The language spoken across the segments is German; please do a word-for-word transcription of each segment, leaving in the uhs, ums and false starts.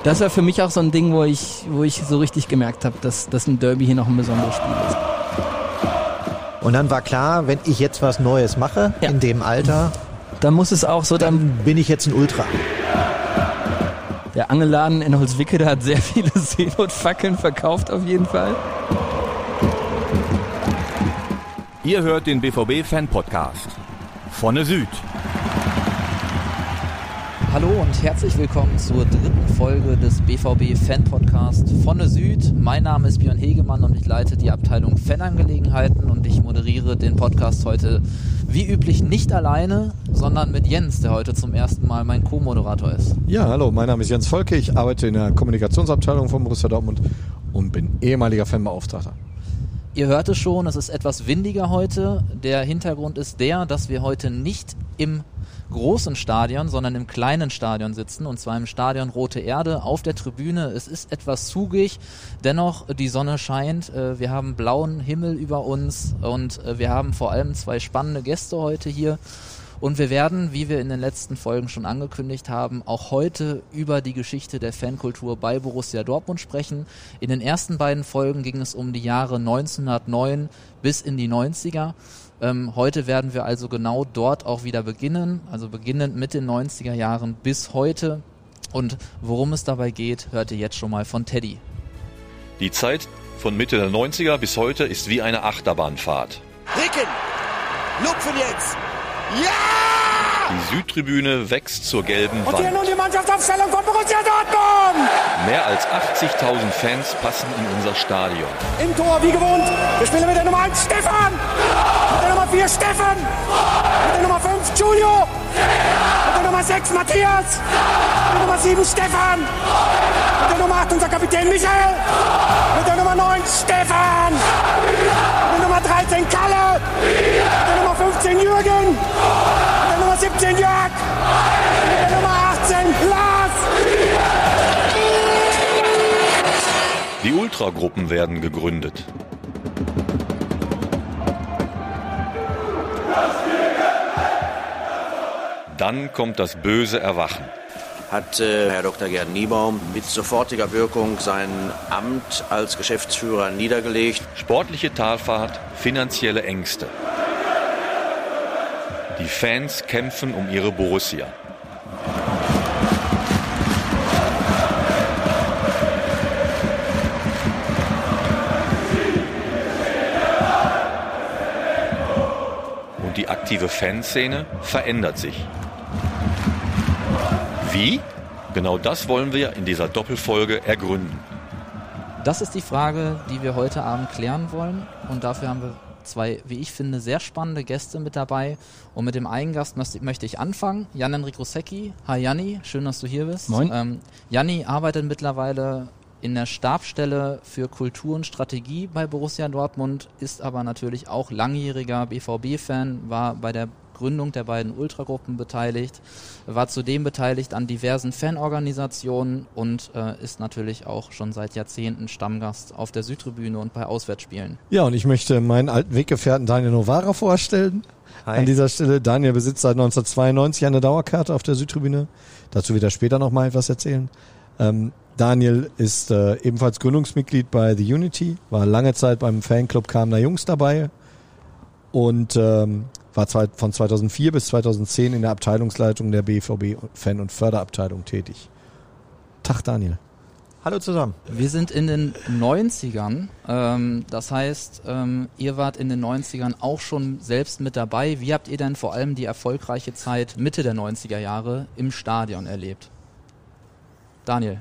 Das war für mich auch so ein Ding, wo ich, wo ich so richtig gemerkt habe, dass, dass ein Derby hier noch ein besonderes Spiel ist. Und dann war klar, wenn ich jetzt was Neues mache, ja. in dem Alter, dann muss es auch so, dann, dann bin ich jetzt ein Ultra. Der Angelladen in Holzwicke, der hat sehr viele Seenotfackeln verkauft auf jeden Fall. Ihr hört den B V B-Fan-Podcast. Vonne Süd. Hallo und herzlich willkommen zur dritten Folge des B V B-Fan-Podcast Vonne Süd. Mein Name ist Björn Hegemann und ich leite die Abteilung Fanangelegenheiten und ich moderiere den Podcast heute wie üblich nicht alleine, sondern mit Jens, der heute zum ersten Mal mein Co-Moderator ist. Ja, hallo, mein Name ist Jens Volke, ich arbeite in der Kommunikationsabteilung von Borussia Dortmund und bin ehemaliger Fanbeauftragter. Ihr hört es schon, es ist etwas windiger heute. Der Hintergrund ist der, dass wir heute nicht im großen Stadion, sondern im kleinen Stadion sitzen, und zwar im Stadion Rote Erde auf der Tribüne. Es ist etwas zugig, dennoch die Sonne scheint, wir haben blauen Himmel über uns und wir haben vor allem zwei spannende Gäste heute hier. Und wir werden, wie wir in den letzten Folgen schon angekündigt haben, auch heute über die Geschichte der Fankultur bei Borussia Dortmund sprechen. In den ersten beiden Folgen ging es um die Jahre neunzehnhundertneun bis in die neunziger. Ähm, heute werden wir also genau dort auch wieder beginnen, also beginnend mit den neunziger Jahren bis heute. Und worum es dabei geht, hört ihr jetzt schon mal von Teddy. Die Zeit von Mitte der neunziger bis heute ist wie eine Achterbahnfahrt. Ricken! Lupfen jetzt! Ja! Die Südtribüne wächst zur gelben Und Wand. hier nun die Mannschaftsaufstellung von Borussia Dortmund! Mehr als achtzigtausend Fans passen in unser Stadion. Im Tor, wie gewohnt, wir spielen mit der Nummer eins Stefan! Mit der Nummer vier Steffen! Mit der Nummer fünf Giulio! Mit der Nummer sechs Matthias! Mit der Nummer sieben Stefan! Mit der Nummer acht unser Kapitän Michael! Mit der Nummer neun Stefan! Mit der Nummer dreizehn Kalle! Mit der Nummer fünfzehn Jürgen! Mit der Nummer siebzehn Jörg! Mit der Nummer achtzehn Lars! Die Ultragruppen werden gegründet. Dann kommt das böse Erwachen. Hat äh, Herr Doktor Gerd Niebaum mit sofortiger Wirkung sein Amt als Geschäftsführer niedergelegt. Sportliche Talfahrt, finanzielle Ängste. Die Fans kämpfen um ihre Borussia. Und die aktive Fanszene verändert sich. Wie? Genau das wollen wir in dieser Doppelfolge ergründen. Das ist die Frage, die wir heute Abend klären wollen, und dafür haben wir zwei, wie ich finde, sehr spannende Gäste mit dabei. Und mit dem einen Gast möchte ich anfangen, Jan-Henrik Rosecki. Hi Janni, schön, dass du hier bist. Moin. Ähm, Janni arbeitet mittlerweile in der Stabsstelle für Kultur und Strategie bei Borussia Dortmund, ist aber natürlich auch langjähriger B V B-Fan, war bei der Gründung der beiden Ultragruppen beteiligt, war zudem beteiligt an diversen Fanorganisationen und äh, ist natürlich auch schon seit Jahrzehnten Stammgast auf der Südtribüne und bei Auswärtsspielen. Ja, und ich möchte meinen alten Weggefährten Daniel Novara vorstellen. Hi. An dieser Stelle, Daniel besitzt seit neunzehnhundertzweiundneunzig eine Dauerkarte auf der Südtribüne. Dazu wird er später noch mal etwas erzählen. Ähm, Daniel ist äh, ebenfalls Gründungsmitglied bei The Unity, war lange Zeit beim Fanclub Kamener Jungs dabei und ähm, war von zweitausendvier bis zweitausendzehn in der Abteilungsleitung der B V B-Fan- und Förderabteilung tätig. Tag Daniel. Hallo zusammen. Wir sind in den neunzigern, ähm, das heißt, ähm, ihr wart in den neunzigern auch schon selbst mit dabei. Wie habt ihr denn vor allem die erfolgreiche Zeit Mitte der neunziger Jahre im Stadion erlebt? Daniel.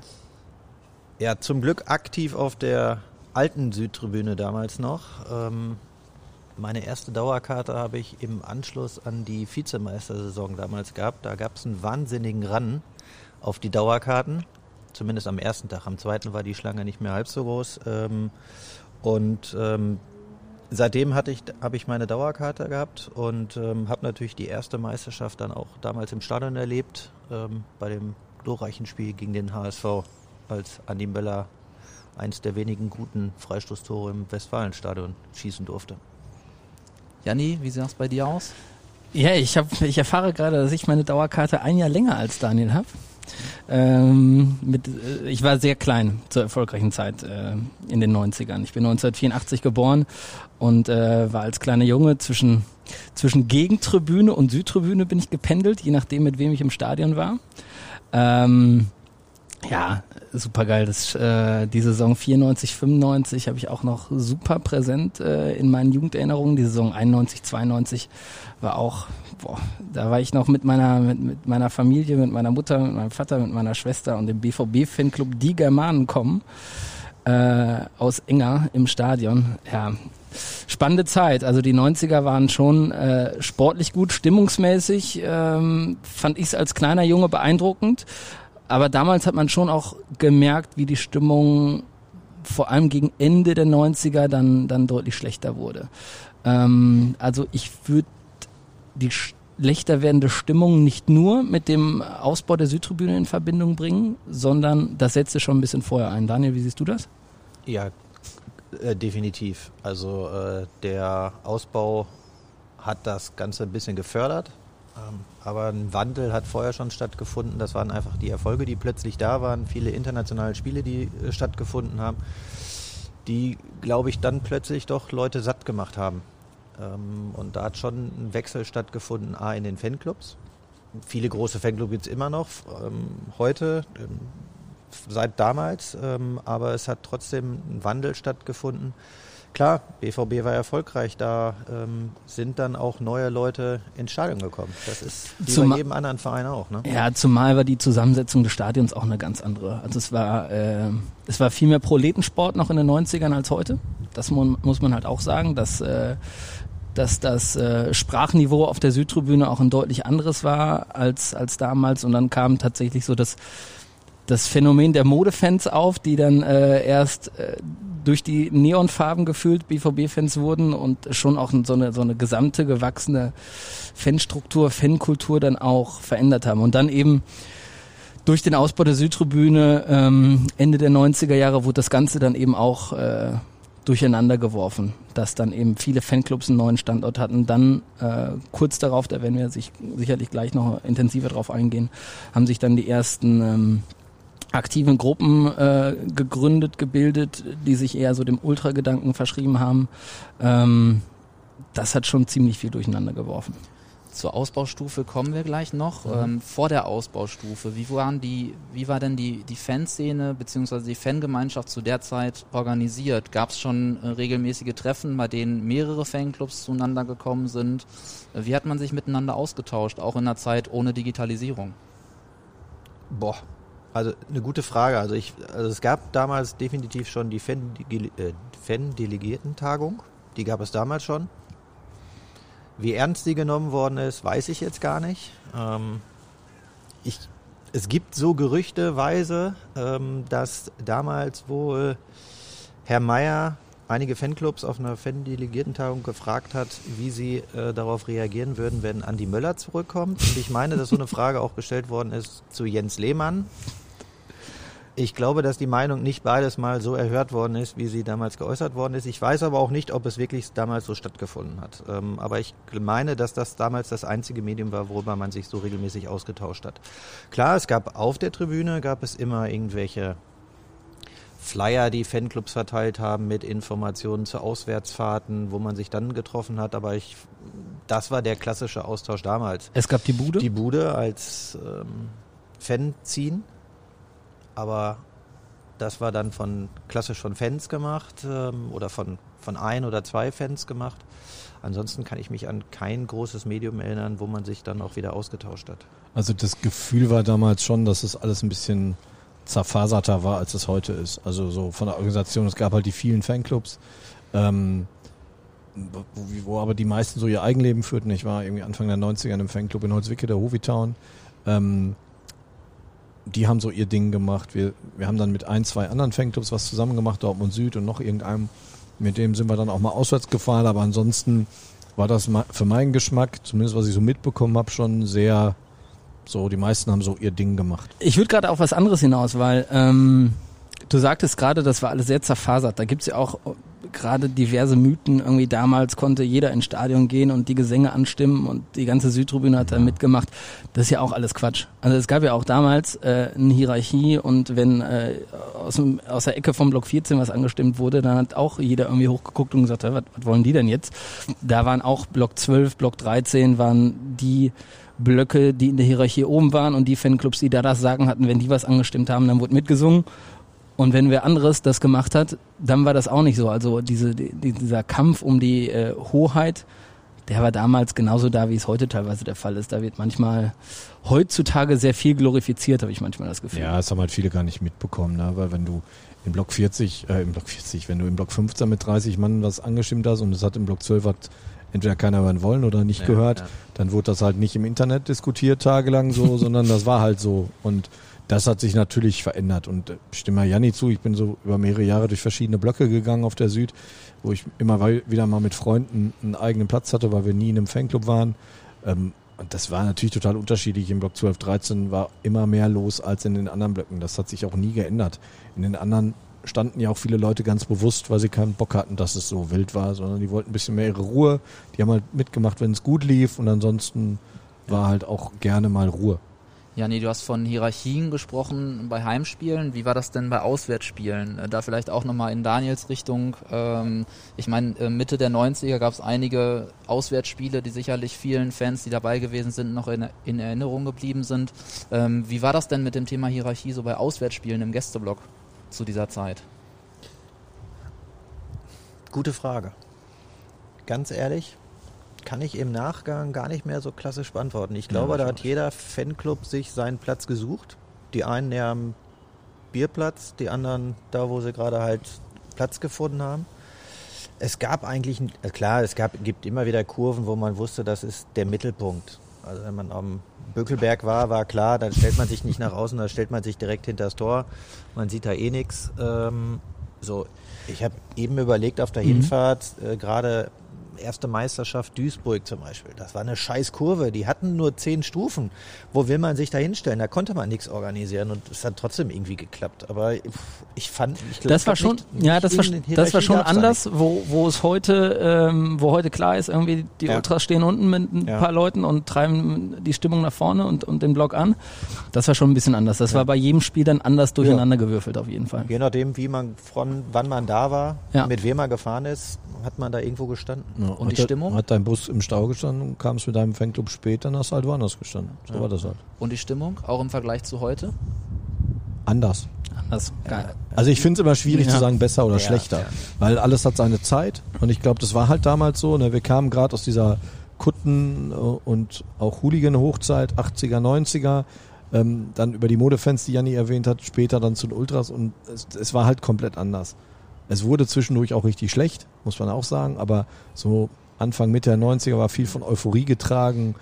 Ja, zum Glück aktiv auf der alten Südtribüne damals noch. Ähm Meine erste Dauerkarte habe ich im Anschluss an die Vizemeistersaison damals gehabt. Da gab es einen wahnsinnigen Run auf die Dauerkarten, zumindest am ersten Tag. Am zweiten war die Schlange nicht mehr halb so groß. Ähm, und ähm, seitdem hatte ich, habe ich meine Dauerkarte gehabt und ähm, habe natürlich die erste Meisterschaft dann auch damals im Stadion erlebt, ähm, bei dem glorreichen Spiel gegen den H S V, als Andi Möller eins der wenigen guten Freistoßtore im Westfalenstadion schießen durfte. Janni, wie sah es bei dir aus? Ja, ich, hab, ich erfahre gerade, dass ich meine Dauerkarte ein Jahr länger als Daniel habe. Ähm, mit, äh, ich war sehr klein zur erfolgreichen Zeit äh, in den neunzigern. Ich bin neunzehnhundertvierundachtzig geboren und äh, war als kleiner Junge zwischen, zwischen Gegentribüne und Südtribüne bin ich gependelt, je nachdem, mit wem ich im Stadion war. Ähm, ja, super geil. Das, äh, die Saison vierundneunzig, fünfundneunzig habe ich auch noch super präsent äh, in meinen Jugenderinnerungen. Die Saison einundneunzig, zweiundneunzig war auch, boah, da war ich noch mit meiner mit, mit meiner Familie, mit meiner Mutter, mit meinem Vater, mit meiner Schwester und dem B V B-Fanclub Die Germanen kommen äh, aus Enger im Stadion. Ja, spannende Zeit. Also die neunziger waren schon äh, sportlich gut, stimmungsmäßig ähm, fand ich es als kleiner Junge beeindruckend. Aber damals hat man schon auch gemerkt, wie die Stimmung vor allem gegen Ende der neunziger dann, dann deutlich schlechter wurde. Ähm, also ich würde die schlechter werdende Stimmung nicht nur mit dem Ausbau der Südtribüne in Verbindung bringen, sondern das setzte schon ein bisschen vorher ein. Daniel, wie siehst du das? Ja, äh, definitiv. Also äh, der Ausbau hat das Ganze ein bisschen gefördert. Ähm, aber ein Wandel hat vorher schon stattgefunden. Das waren einfach die Erfolge, die plötzlich da waren. Viele internationale Spiele, die äh, stattgefunden haben, die, glaube ich, dann plötzlich doch Leute satt gemacht haben. Ähm, und da hat schon ein Wechsel stattgefunden, A, in den Fanclubs. Viele große Fanclubs gibt es immer noch, ähm, heute, ähm, seit damals. Ähm, aber es hat trotzdem ein Wandel stattgefunden. Klar, B V B war erfolgreich, da ähm, sind dann auch neue Leute ins Stadion gekommen. Das ist wie Zum, bei jedem anderen Verein auch. Ne? Ja, zumal war die Zusammensetzung des Stadions auch eine ganz andere. Also es war, äh, es war viel mehr Proletensport noch in den neunzigern als heute. Das mu- muss man halt auch sagen, dass, äh, dass das äh, Sprachniveau auf der Südtribüne auch ein deutlich anderes war als, als damals. Und dann kam tatsächlich so das, das Phänomen der Modefans auf, die dann äh, erst äh, durch die Neonfarben gefüllt B V B-Fans wurden und schon auch so eine, so eine gesamte gewachsene Fanstruktur, Fankultur dann auch verändert haben. Und dann eben durch den Ausbau der Südtribüne ähm, Ende der neunziger Jahre wurde das Ganze dann eben auch äh, durcheinander geworfen, dass dann eben viele Fanclubs einen neuen Standort hatten. Dann äh, kurz darauf, da werden wir sich sicherlich gleich noch intensiver drauf eingehen, haben sich dann die ersten ähm, aktiven Gruppen äh, gegründet, gebildet, die sich eher so dem Ultragedanken verschrieben haben. Ähm, das hat schon ziemlich viel durcheinander geworfen. Zur Ausbaustufe kommen wir gleich noch. Mhm. Ähm, vor der Ausbaustufe, wie waren die, wie war denn die, die Fanszene bzw. die Fangemeinschaft zu der Zeit organisiert? Gab es schon äh, regelmäßige Treffen, bei denen mehrere Fanclubs zueinander gekommen sind? Äh, wie hat man sich miteinander ausgetauscht, auch in einer Zeit ohne Digitalisierung? Boah. Also eine gute Frage. Also ich, also es gab damals definitiv schon die Fan, äh, Fan-Delegierten-Tagung. Die gab es damals schon. Wie ernst die genommen worden ist, weiß ich jetzt gar nicht. Ähm, ich, es gibt so gerüchteweise, ähm, dass damals wohl Herr Meier einige Fanclubs auf einer Fan-Delegierten-Tagung gefragt hat, wie sie äh, darauf reagieren würden, wenn Andi Möller zurückkommt. Und ich meine, dass so eine Frage auch gestellt worden ist zu Jens Lehmann. Ich glaube, dass die Meinung nicht beides mal so erhört worden ist, wie sie damals geäußert worden ist. Ich weiß aber auch nicht, ob es wirklich damals so stattgefunden hat. Ähm, aber ich meine, dass das damals das einzige Medium war, worüber man sich so regelmäßig ausgetauscht hat. Klar, es gab auf der Tribüne, gab es immer irgendwelche Flyer, die Fanclubs verteilt haben mit Informationen zu Auswärtsfahrten, wo man sich dann getroffen hat. Aber ich, das war der klassische Austausch damals. Es gab die Bude? Die Bude als ähm, Fanzine. Aber das war dann von klassisch von Fans gemacht ähm, oder von, von ein oder zwei Fans gemacht. Ansonsten kann ich mich an kein großes Medium erinnern, wo man sich dann auch wieder ausgetauscht hat. Also das Gefühl war damals schon, dass es alles ein bisschen zerfaserter war, als es heute ist. Also so von der Organisation, es gab halt die vielen Fanclubs, ähm, wo, wo aber die meisten so ihr Eigenleben führten. Ich war irgendwie Anfang der neunziger in einem Fanclub in Holzwicke, der Hovitown. Ähm, Die haben so ihr Ding gemacht. Wir, wir haben dann mit ein, zwei anderen Fanclubs was zusammen gemacht, Dortmund Süd und noch irgendeinem. Mit dem sind wir dann auch mal auswärts gefahren. Aber ansonsten war das für meinen Geschmack, zumindest was ich so mitbekommen habe, schon sehr so, die meisten haben so ihr Ding gemacht. Ich würde gerade auf was anderes hinaus, weil ähm, du sagtest gerade, das war alles sehr zerfasert. Da gibt es ja auch gerade diverse Mythen, irgendwie damals konnte jeder ins Stadion gehen und die Gesänge anstimmen und die ganze Südtribüne hat dann mitgemacht. Das ist ja auch alles Quatsch. Also es gab ja auch damals äh, eine Hierarchie und wenn äh, aus, dem, aus der Ecke vom Block vierzehn was angestimmt wurde, dann hat auch jeder irgendwie hochgeguckt und gesagt, was, was wollen die denn jetzt? Da waren auch Block zwölf, Block dreizehn waren die Blöcke, die in der Hierarchie oben waren und die Fanclubs, die da das Sagen hatten, wenn die was angestimmt haben, dann wurde mitgesungen. Und wenn wer anderes das gemacht hat, dann war das auch nicht so. Also diese, die, dieser Kampf um die äh, Hoheit, der war damals genauso da, wie es heute teilweise der Fall ist. Da wird manchmal heutzutage sehr viel glorifiziert, habe ich manchmal das Gefühl. Ja, das haben halt viele gar nicht mitbekommen, ne? Weil wenn du im Block vierzig, äh, im Block vierzig, wenn du im Block fünfzehn mit dreißig Mann was angestimmt hast und es hat im Block zwölf hat entweder keiner hören wollen oder nicht ja, gehört, ja. Dann wurde das halt nicht im Internet diskutiert tagelang so, sondern das war halt so. Und das hat sich natürlich verändert und ich stimme mal Janni zu, ich bin so über mehrere Jahre durch verschiedene Blöcke gegangen auf der Süd, wo ich immer wieder mal mit Freunden einen eigenen Platz hatte, weil wir nie in einem Fanclub waren. Und das war natürlich total unterschiedlich. Im Block zwölf, dreizehn war immer mehr los als in den anderen Blöcken. Das hat sich auch nie geändert. In den anderen standen ja auch viele Leute ganz bewusst, weil sie keinen Bock hatten, dass es so wild war, sondern die wollten ein bisschen mehr ihre Ruhe. Die haben halt mitgemacht, wenn es gut lief und ansonsten war halt auch gerne mal Ruhe. Janni, du hast von Hierarchien gesprochen bei Heimspielen. Wie war das denn bei Auswärtsspielen? Da vielleicht auch nochmal in Daniels Richtung. Ähm, ich meine, Mitte der neunziger gab es einige Auswärtsspiele, die sicherlich vielen Fans, die dabei gewesen sind, noch in, in Erinnerung geblieben sind. Ähm, wie war das denn mit dem Thema Hierarchie so bei Auswärtsspielen im Gästeblock zu dieser Zeit? Gute Frage. Ganz ehrlich, kann ich im Nachgang gar nicht mehr so klassisch beantworten. Ich glaube, ja, da hat jeder Fanclub sich seinen Platz gesucht. Die einen näher am Bierplatz, die anderen da, wo sie gerade halt Platz gefunden haben. Es gab eigentlich, klar, es gab, gibt immer wieder Kurven, wo man wusste, das ist der Mittelpunkt. Also wenn man am Bökelberg war, war klar, dann stellt man sich nicht nach außen, da stellt man sich direkt hinter das Tor. Man sieht da eh nichts. Ähm, so, ich habe eben überlegt auf der mhm. Hinfahrt, äh, gerade erste Meisterschaft Duisburg zum Beispiel. Das war eine scheiß Kurve. Die hatten nur zehn Stufen. Wo will man sich da hinstellen? Da konnte man nichts organisieren und es hat trotzdem irgendwie geklappt. Aber ich fand, ich glaube, das war schon, nicht, ja, das war, das war schon anders, wo, wo es heute, ähm, wo heute klar ist, irgendwie die ja. Ultras stehen unten mit ein ja. paar Leuten und treiben die Stimmung nach vorne und, und den Block an. Das war schon ein bisschen anders. Das ja. war bei jedem Spiel dann anders durcheinander ja. gewürfelt auf jeden Fall. Je nachdem, wie man von, wann man da war, ja. mit wem man gefahren ist, hat man da irgendwo gestanden. Ja, und die Stimmung? Hat dein Bus im Stau gestanden und kamst mit deinem Fanclub spät, dann hast du halt woanders gestanden. So ja. war das halt. Und die Stimmung, auch im Vergleich zu heute? Anders. Anders. Ja. Also ich finde es immer schwierig ja. zu sagen besser oder ja, schlechter, ja. weil alles hat seine Zeit und ich glaube, das war halt damals so. Ne? Wir kamen gerade aus dieser Kutten- und auch Hooligan-Hochzeit, achtziger, neunziger, ähm, dann über die Modefans, die Janni erwähnt hat, später dann zu den Ultras und es, es war halt komplett anders. Es wurde zwischendurch auch richtig schlecht, muss man auch sagen, aber so Anfang, Mitte der neunziger war viel von Euphorie getragen.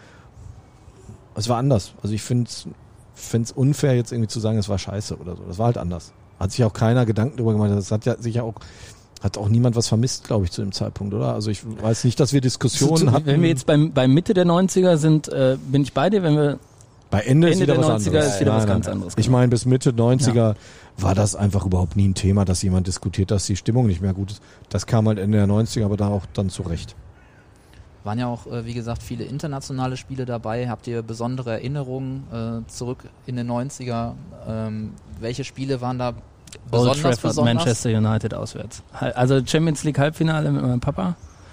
Es war anders. Also ich finde es unfair, jetzt irgendwie zu sagen, es war scheiße oder so. Das war halt anders. Hat sich auch keiner Gedanken darüber gemacht. Das hat ja sicher auch, hat auch niemand was vermisst, glaube ich, zu dem Zeitpunkt, oder? Also ich weiß nicht, dass wir Diskussionen so, hatten. Wenn wir jetzt beim, bei Mitte der neunziger sind, äh, bin ich bei dir, wenn wir Bei Ende, Ende ist wieder der was neunziger anderes. ist wieder ja, was nein, ganz nein. anderes. Ich meine, bis Mitte neunziger ja. war das einfach überhaupt nie ein Thema, dass jemand diskutiert, dass die Stimmung nicht mehr gut ist. Das kam halt Ende der neunziger, aber da auch dann zurecht. Waren ja auch, wie gesagt, viele internationale Spiele dabei. Habt ihr besondere Erinnerungen äh, zurück in den neunziger? Ähm, welche Spiele waren da besonders Old Trafford, besonders? Manchester United auswärts. Also Champions League Halbfinale mit meinem Papa.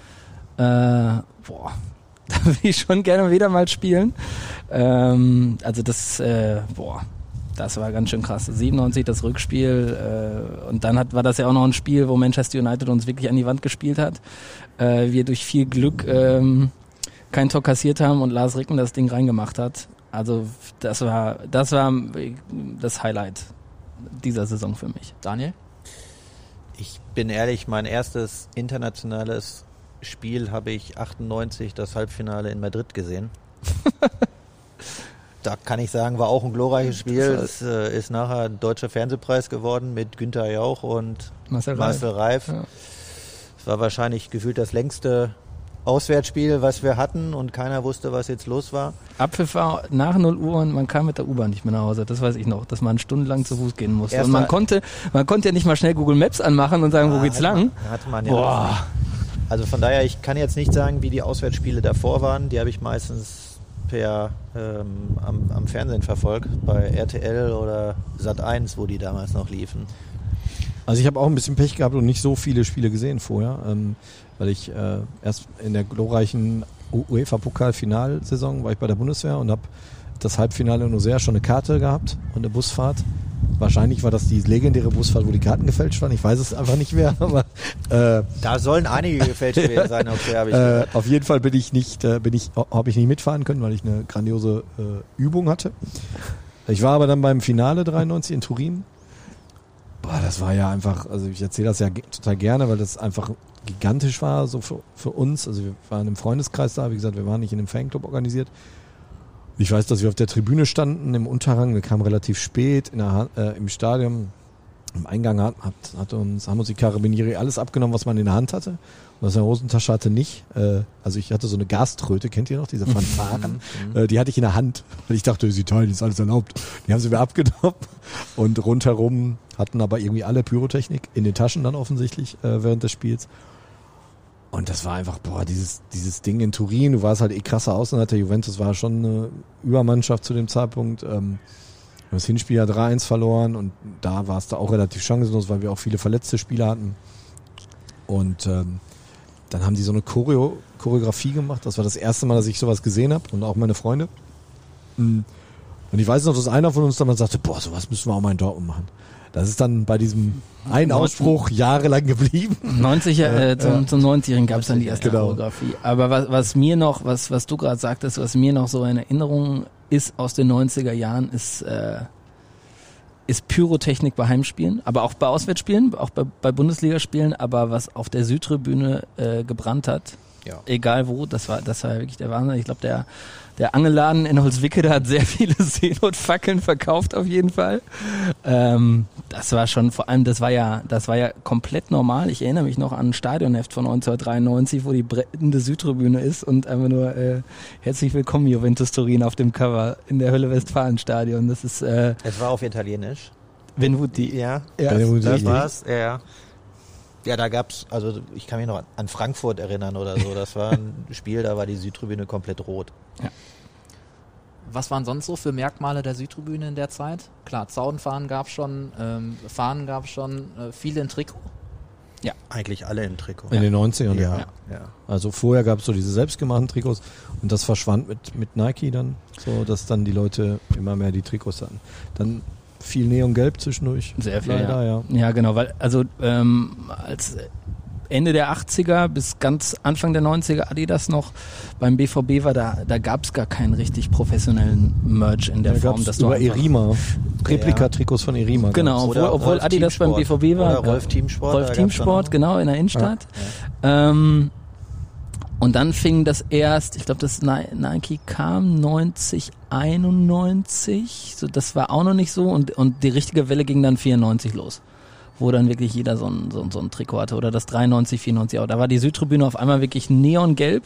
Äh, boah, da will ich schon gerne wieder mal spielen. Ähm, also das, äh, boah, das war ganz schön krass. siebenundneunzig das Rückspiel äh, und dann hat, war das ja auch noch ein Spiel, wo Manchester United uns wirklich an die Wand gespielt hat. Äh, wir durch viel Glück ähm, kein Tor kassiert haben und Lars Ricken das Ding reingemacht hat. Also das war, das war das Highlight dieser Saison für mich. Daniel? Ich bin ehrlich, mein erstes internationales Spiel habe ich achtundneunzig das Halbfinale in Madrid gesehen. Da kann ich sagen, war auch ein glorreiches Spiel. Es äh, ist nachher ein deutscher Fernsehpreis geworden mit Günther Jauch und Marcel Marcel Reif. Ja. Es war wahrscheinlich gefühlt das längste Auswärtsspiel, was wir hatten und keiner wusste, was jetzt los war. Abpfiff war nach null Uhr und man kam mit der U-Bahn nicht mehr nach Hause. Das weiß ich noch, dass man stundenlang zu Fuß gehen musste. Erst und man konnte, man konnte ja nicht mal schnell Google Maps anmachen und sagen, ah, wo geht's hatte lang. Man, hatte man ja Boah. Also von daher, ich kann jetzt nicht sagen, wie die Auswärtsspiele davor waren. Die habe ich meistens per ähm, am, am Fernsehen verfolgt, bei R T L oder Sat eins, wo die damals noch liefen. Also ich habe auch ein bisschen Pech gehabt und nicht so viele Spiele gesehen vorher, ähm, weil ich äh, erst in der glorreichen UEFA-Pokal-Finalsaison war ich bei der Bundeswehr und habe das Halbfinale in Auxerre schon eine Karte gehabt und eine Busfahrt. Wahrscheinlich war das die legendäre Busfahrt, wo die Karten gefälscht waren. Ich weiß es einfach nicht mehr. Aber äh, da sollen einige gefälscht gewesen sein. Okay, habe ich äh, auf jeden Fall bin ich nicht, äh, bin ich, habe ich nicht mitfahren können, weil ich eine grandiose äh, Übung hatte. Ich war aber dann beim Finale dreiundneunzig in Turin. Boah, das war ja einfach, also ich erzähle das ja ge- total gerne, weil das einfach gigantisch war, so für, für uns. Also wir waren im Freundeskreis da, wie gesagt, wir waren nicht in einem Fanclub organisiert. Ich weiß, dass wir auf der Tribüne standen, im Unterrang, wir kamen relativ spät in der, äh, im Stadion. Im Eingang hat, hat, hat uns, haben uns die Carabinieri alles abgenommen, was man in der Hand hatte. Und was in der Hosentasche hatte nicht. Äh, also ich hatte so eine Gaströte, kennt ihr noch, diese Fanfaren? äh, die hatte ich in der Hand, weil ich dachte, das ist Italien, ist alles erlaubt. Die haben sie mir abgenommen. Und rundherum hatten aber irgendwie alle Pyrotechnik, in den Taschen dann offensichtlich, äh, während des Spiels. Und das war einfach, boah, dieses, dieses Ding in Turin, du warst halt eh krasser Außenseiter, Juventus war schon eine Übermannschaft zu dem Zeitpunkt, ähm, das Hinspiel ja drei eins verloren und da war es da auch relativ chancenlos, weil wir auch viele verletzte Spieler hatten. Und ähm, dann haben die so eine Choreo, Choreografie gemacht, das war das erste Mal, dass ich sowas gesehen habe und auch meine Freunde. Und ich weiß noch, dass einer von uns dann mal sagte, boah, sowas müssen wir auch mal in Dortmund machen. Das ist dann bei diesem einen Ausspruch jahrelang geblieben. neunzig, äh, zum, ja. zum neunzigjährigen gab es dann die erste Genau. Choreografie. Aber was, was mir noch, was, was du gerade sagtest, was mir noch so in Erinnerung ist aus den neunziger Jahren, ist, äh, ist Pyrotechnik bei Heimspielen, aber auch bei Auswärtsspielen, auch bei, bei Bundesligaspielen, aber was auf der Südtribüne äh, gebrannt hat, Ja. egal wo, das war, das war wirklich der Wahnsinn. Ich glaube, der, der Angelladen in Holzwickede hat sehr viele Seenotfackeln verkauft auf jeden Fall. Ähm, das war schon, vor allem, das war ja, das war ja komplett normal. Ich erinnere mich noch an ein Stadionheft von neunzehnhundertdreiundneunzig, wo die brennende Südtribüne ist und einfach nur äh, herzlich willkommen Juventus Turin auf dem Cover in der Hölle-Westfalen-Stadion. Das ist äh, Es war auf Italienisch. Benvenuti. Ja, Ja, das, Benvenuti. das war's. Ja, ja. Ja, da gab's, also ich kann mich noch an Frankfurt erinnern oder so. Das war ein Spiel, da war die Südtribüne komplett rot. Was waren sonst so für Merkmale der Südtribüne in der Zeit? Klar, Zaunfahnen gab es schon, ähm, Fahnen gab es schon, äh, viele in Trikot. Eigentlich alle in Trikot. In den neunzigern, ja, ja. ja. Also vorher gab es so diese selbstgemachten Trikots und das verschwand mit, mit Nike dann, so dass dann die Leute immer mehr die Trikots hatten. Dann viel Neongelb zwischendurch. Sehr viel, Leider, ja. ja. Ja, genau, weil also ähm, als Ende der achtziger bis ganz Anfang der neunziger Adidas noch beim B V B war, da, da gab es gar keinen richtig professionellen Merch in der Da Form. gab's Dass du über einfach- Erima, Replika-Trikots von Erima. Genau, obwohl, Oder obwohl Rolf Adidas beim B V B war. Oder Rolf Teamsport, da Rolf gab's Teamsport, dann genau, in der Innenstadt. Ähm, und dann fing das erst, ich glaube, das Ni- Nike kam neunzig, einundneunzig, so, das war auch noch nicht so und, und die richtige Welle ging dann vierundneunzig los, wo dann wirklich jeder so ein, so, ein- so ein Trikot hatte oder das dreiundneunzig, vierundneunzig auch. Da war die Südtribüne auf einmal wirklich neongelb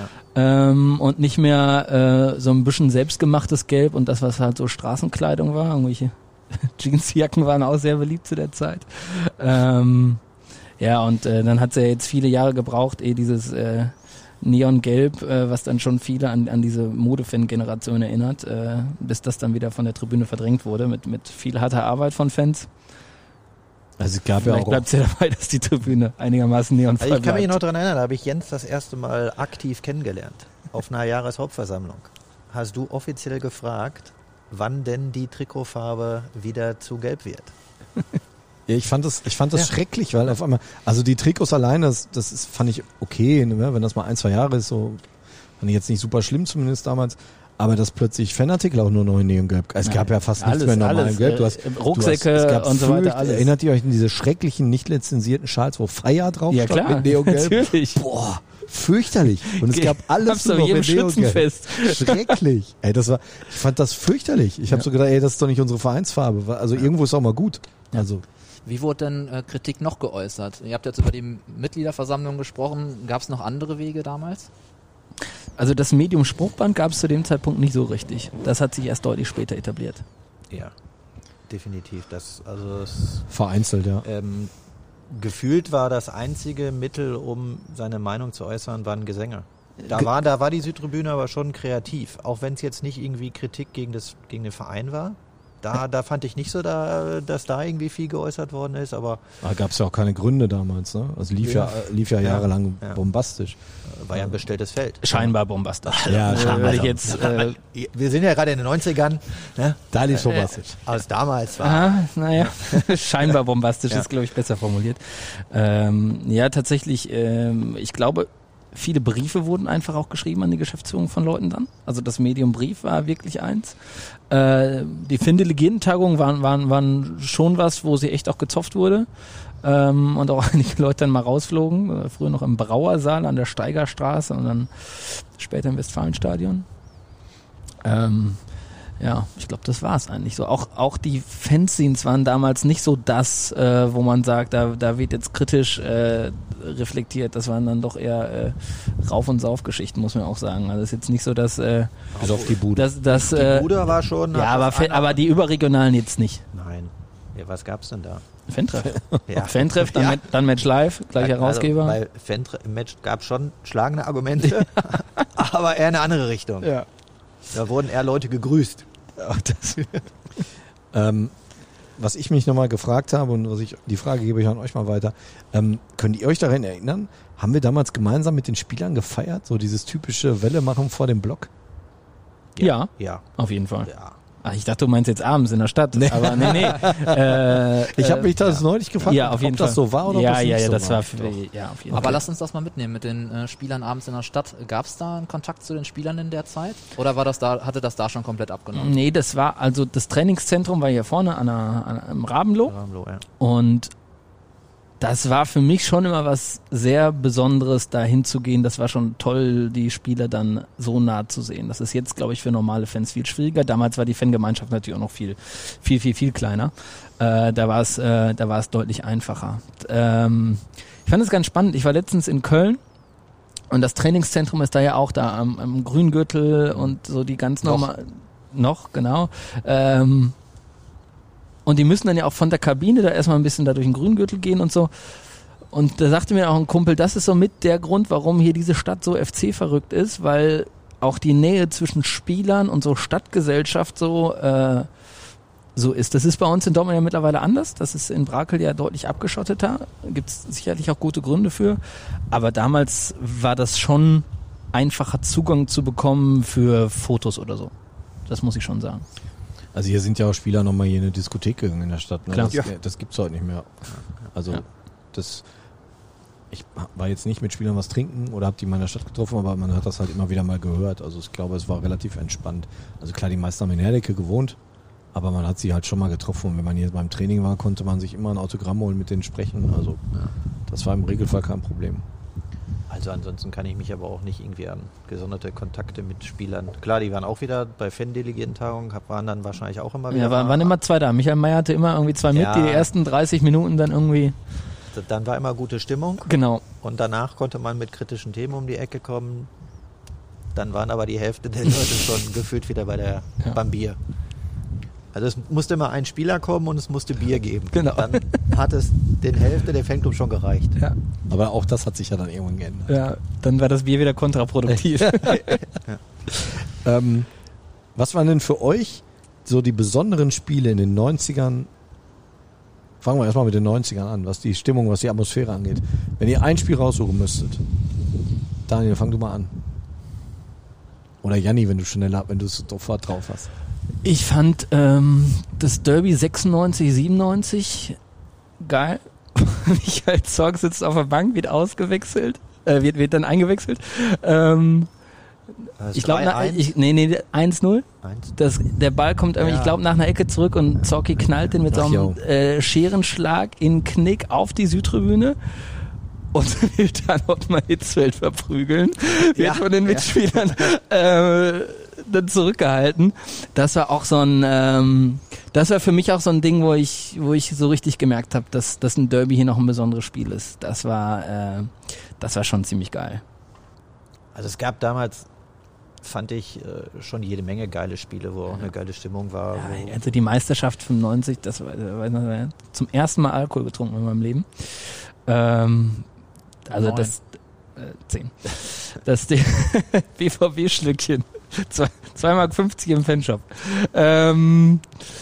ähm, und nicht mehr äh, so ein bisschen selbstgemachtes Gelb und das, was halt so Straßenkleidung war, irgendwelche Jeansjacken waren auch sehr beliebt zu der Zeit. Ähm, ja, und äh, dann hat es ja jetzt viele Jahre gebraucht, eh dieses äh, Neongelb, äh, was dann schon viele an, an diese Modefan-Generation erinnert, äh, bis das dann wieder von der Tribüne verdrängt wurde, mit, mit viel harter Arbeit von Fans. Also es gab ja Vielleicht auch bleibt es ja dabei, dass die Tribüne einigermaßen neonfrei Also ich kann mich bleibt. noch daran erinnern, da habe ich Jens das erste Mal aktiv kennengelernt. Auf einer Jahreshauptversammlung. Hast du offiziell gefragt, wann denn die Trikotfarbe wieder zu gelb wird? Ja, ich fand das, ich fand das schrecklich, weil auf einmal, also die Trikots alleine, das, das ist, fand ich okay, ne, wenn das mal ein, zwei Jahre ist, so, fand ich jetzt nicht super schlimm zumindest damals, aber dass plötzlich Fanartikel auch nur noch in Neongelb, es gab ja fast Alles, nichts mehr normal alles, in Gelb, du hast, äh, Rucksäcke du hast, es gab und so weiter, fürcht- alles. Erinnert ihr euch an diese schrecklichen, nicht lizenzierten Schals, wo Feier drauf Ja, stand klar, mit Neongelb? natürlich. Boah, fürchterlich. Und es Ge- gab alles Hab's nur auf noch jedem in Neongelb. Schützenfest. Schrecklich. Ey, das war, ich fand das fürchterlich. Ich habe so gedacht, ey, das ist doch nicht unsere Vereinsfarbe. Also irgendwo ist auch mal gut. Also Wie wurde denn äh, Kritik noch geäußert? Ihr habt jetzt über die Mitgliederversammlung gesprochen. Gab es noch andere Wege damals? Also das Medium Spruchband gab es zu dem Zeitpunkt nicht so richtig. Das hat sich erst deutlich später etabliert. Ja, definitiv. Das, also es, Vereinzelt, ja. ähm, gefühlt war das einzige Mittel, um seine Meinung zu äußern, waren Gesänge. Da war, da war die Südtribüne aber schon kreativ, auch wenn es jetzt nicht irgendwie Kritik gegen, das, gegen den Verein war. Da, da fand ich nicht so, da, dass da irgendwie viel geäußert worden ist, aber... Da gab es ja auch keine Gründe damals, ne? Also lief ja, ja, lief ja jahrelang ja. bombastisch. War ja ein bestelltes Feld. Scheinbar bombastisch. Ja, scheinbar. Ich jetzt, äh, Wir sind ja gerade in den neunzigern. Ne? Da lief bombastisch. Äh, aus damals war... Ah, naja, scheinbar bombastisch ja. ist, glaube ich, besser formuliert. Ähm, ja, tatsächlich, ähm, ich glaube... Viele Briefe wurden einfach auch geschrieben an die Geschäftsführung von Leuten dann. Also das Medium Brief war wirklich eins. Äh, die Fan-Delegierten-Tagungen waren, waren, waren schon was, wo sie echt auch gezopft wurde. Ähm, und auch einige Leute dann mal rausflogen. Äh, früher noch im Brauersaal an der Steigerstraße und dann später im Westfalenstadion. Ähm, ja, ich glaube, das war es eigentlich so. Auch, auch die Fanzines waren damals nicht so das, äh, wo man sagt, da, da wird jetzt kritisch äh, reflektiert. Das waren dann doch eher äh, Rauf- und Saufgeschichten, muss man auch sagen. Also es ist jetzt nicht so, dass... Äh, Bis auf die Bude. Dass, dass, die äh, Bude war schon... Ja, aber, Fa- aber die überregionalen jetzt nicht. Nein. Ja, was gab's denn da? Fantreff. Ja. Fantreff, dann, Ja. Met, dann Match Live, gleich Herausgeber. Also bei Fantre- im Match gab es schon schlagende Argumente, aber eher in eine andere Richtung. Ja. Da wurden eher Leute gegrüßt. Ach, das ähm, was ich mich nochmal gefragt habe und was ich, die Frage gebe ich an euch mal weiter. Ähm, könnt ihr euch daran erinnern? Haben wir damals gemeinsam mit den Spielern gefeiert? So dieses typische Welle machen vor dem Block? Ja, Ja. auf jeden Fall. Ja. Ach, ich dachte, du meinst jetzt abends in der Stadt. Nee. Aber nee, nee. äh, Ich habe mich das ja. neulich gefragt, ja, auf jeden ob das Fall. so war oder ja, ob das ja, nicht ja, so das war, war. für, ja, auf jeden Aber Fall. lass uns das mal mitnehmen mit den äh, Spielern abends in der Stadt. Gab es da einen Kontakt zu den Spielern in der Zeit? Oder war das da, hatte das da schon komplett abgenommen? Nee, das war, also das Trainingszentrum war hier vorne an der, an, am Rabenloh. Rabenloh, ja. Und das war für mich schon immer was sehr Besonderes, da hinzugehen. Das war schon toll, die Spieler dann so nah zu sehen. Das ist jetzt, glaube ich, für normale Fans viel schwieriger. Damals war die Fangemeinschaft natürlich auch noch viel, viel, viel, viel kleiner. Äh, da war es, äh, da war es deutlich einfacher. Ähm, ich fand es ganz spannend. Ich war letztens in Köln. Und das Trainingszentrum ist da ja auch da am, am Grüngürtel und so die ganz normal, noch, genau. Ähm, Und die müssen dann ja auch von der Kabine da erstmal ein bisschen da durch den Grüngürtel gehen und so. Und da sagte mir auch ein Kumpel, das ist so mit der Grund, warum hier diese Stadt so F C verrückt ist, weil auch die Nähe zwischen Spielern und so Stadtgesellschaft so äh, so ist. Das ist bei uns in Dortmund ja mittlerweile anders. Das ist in Brakel ja deutlich abgeschotteter. Gibt es sicherlich auch gute Gründe für. Aber damals war das schon einfacher Zugang zu bekommen für Fotos oder so. Das muss ich schon sagen. Also hier sind ja auch Spieler nochmal hier in eine Diskothek gegangen in der Stadt. Ne? Klar. Das, Ja. das gibt's heute nicht mehr. Also Ja. das, ich war jetzt nicht mit Spielern was trinken oder habe die mal in der Stadt getroffen, aber man hat das halt immer wieder mal gehört. Also ich glaube, es war relativ entspannt. Also klar, die meisten haben in Herdecke gewohnt, aber man hat sie halt schon mal getroffen. Und wenn man hier beim Training war, konnte man sich immer ein Autogramm holen, mit denen sprechen. Also das war im Regelfall kein Problem. Also ansonsten kann ich mich aber auch nicht irgendwie an gesonderte Kontakte mit Spielern. Klar, die waren auch wieder bei Fan-Delegierten-Tagungen, waren dann wahrscheinlich auch immer wieder. Ja, waren, waren immer zwei da. Michael Mayer hatte immer irgendwie zwei Ja. mit, die ersten dreißig Minuten dann irgendwie, Dann war immer gute Stimmung genau. und danach konnte man mit kritischen Themen um die Ecke kommen. Dann waren aber die Hälfte der Leute schon gefühlt wieder bei der, Ja. beim Bier. Also es musste immer ein Spieler kommen und es musste Bier geben. Genau. Dann hat es den Hälfte der Fanclub schon gereicht. Ja, Aber auch das hat sich ja dann irgendwann geändert. ja, dann war das Bier wieder kontraproduktiv. Ähm, was waren denn für euch so die besonderen Spiele in den neunzigern? Fangen wir erstmal mit den neunzigern an, was die Stimmung, was die Atmosphäre angeht. Wenn ihr ein Spiel raussuchen müsstet. Daniel, fang du mal an. Oder Janni, wenn du schneller, wenn du es sofort drauf hast. Ich fand ähm, das Derby sechsundneunzig, siebenundneunzig geil. Michael Zorg sitzt auf der Bank, wird ausgewechselt, äh, wird, wird dann eingewechselt. Ähm, Also ich glaube, drei eins, nee, nee, eins null. eins. Das, der Ball kommt irgendwie, Ja. ich glaube, nach einer Ecke zurück und Zorki knallt den mit so Ach, einem jo. äh, Scherenschlag in den Knick auf die Südtribüne und will dann Ottmar Hitzfeld verprügeln. Wird Ja, von den ja. Mitspielern äh, dann zurückgehalten. Das war auch so ein ähm, Das war für mich auch so ein Ding, wo ich, wo ich so richtig gemerkt habe, dass, dass ein Derby hier noch ein besonderes Spiel ist. Das war, äh, das war schon ziemlich geil. Also es gab damals, fand ich, äh, schon jede Menge geile Spiele, wo auch eine geile Stimmung war. Ja, also die Meisterschaft fünfundneunzig, das war, war, war zum ersten Mal Alkohol getrunken in meinem Leben. Ähm, also Neun. das äh, zehn. Das die B V B-Schlückchen. zwei Mark fünfzig im Fanshop. Ähm,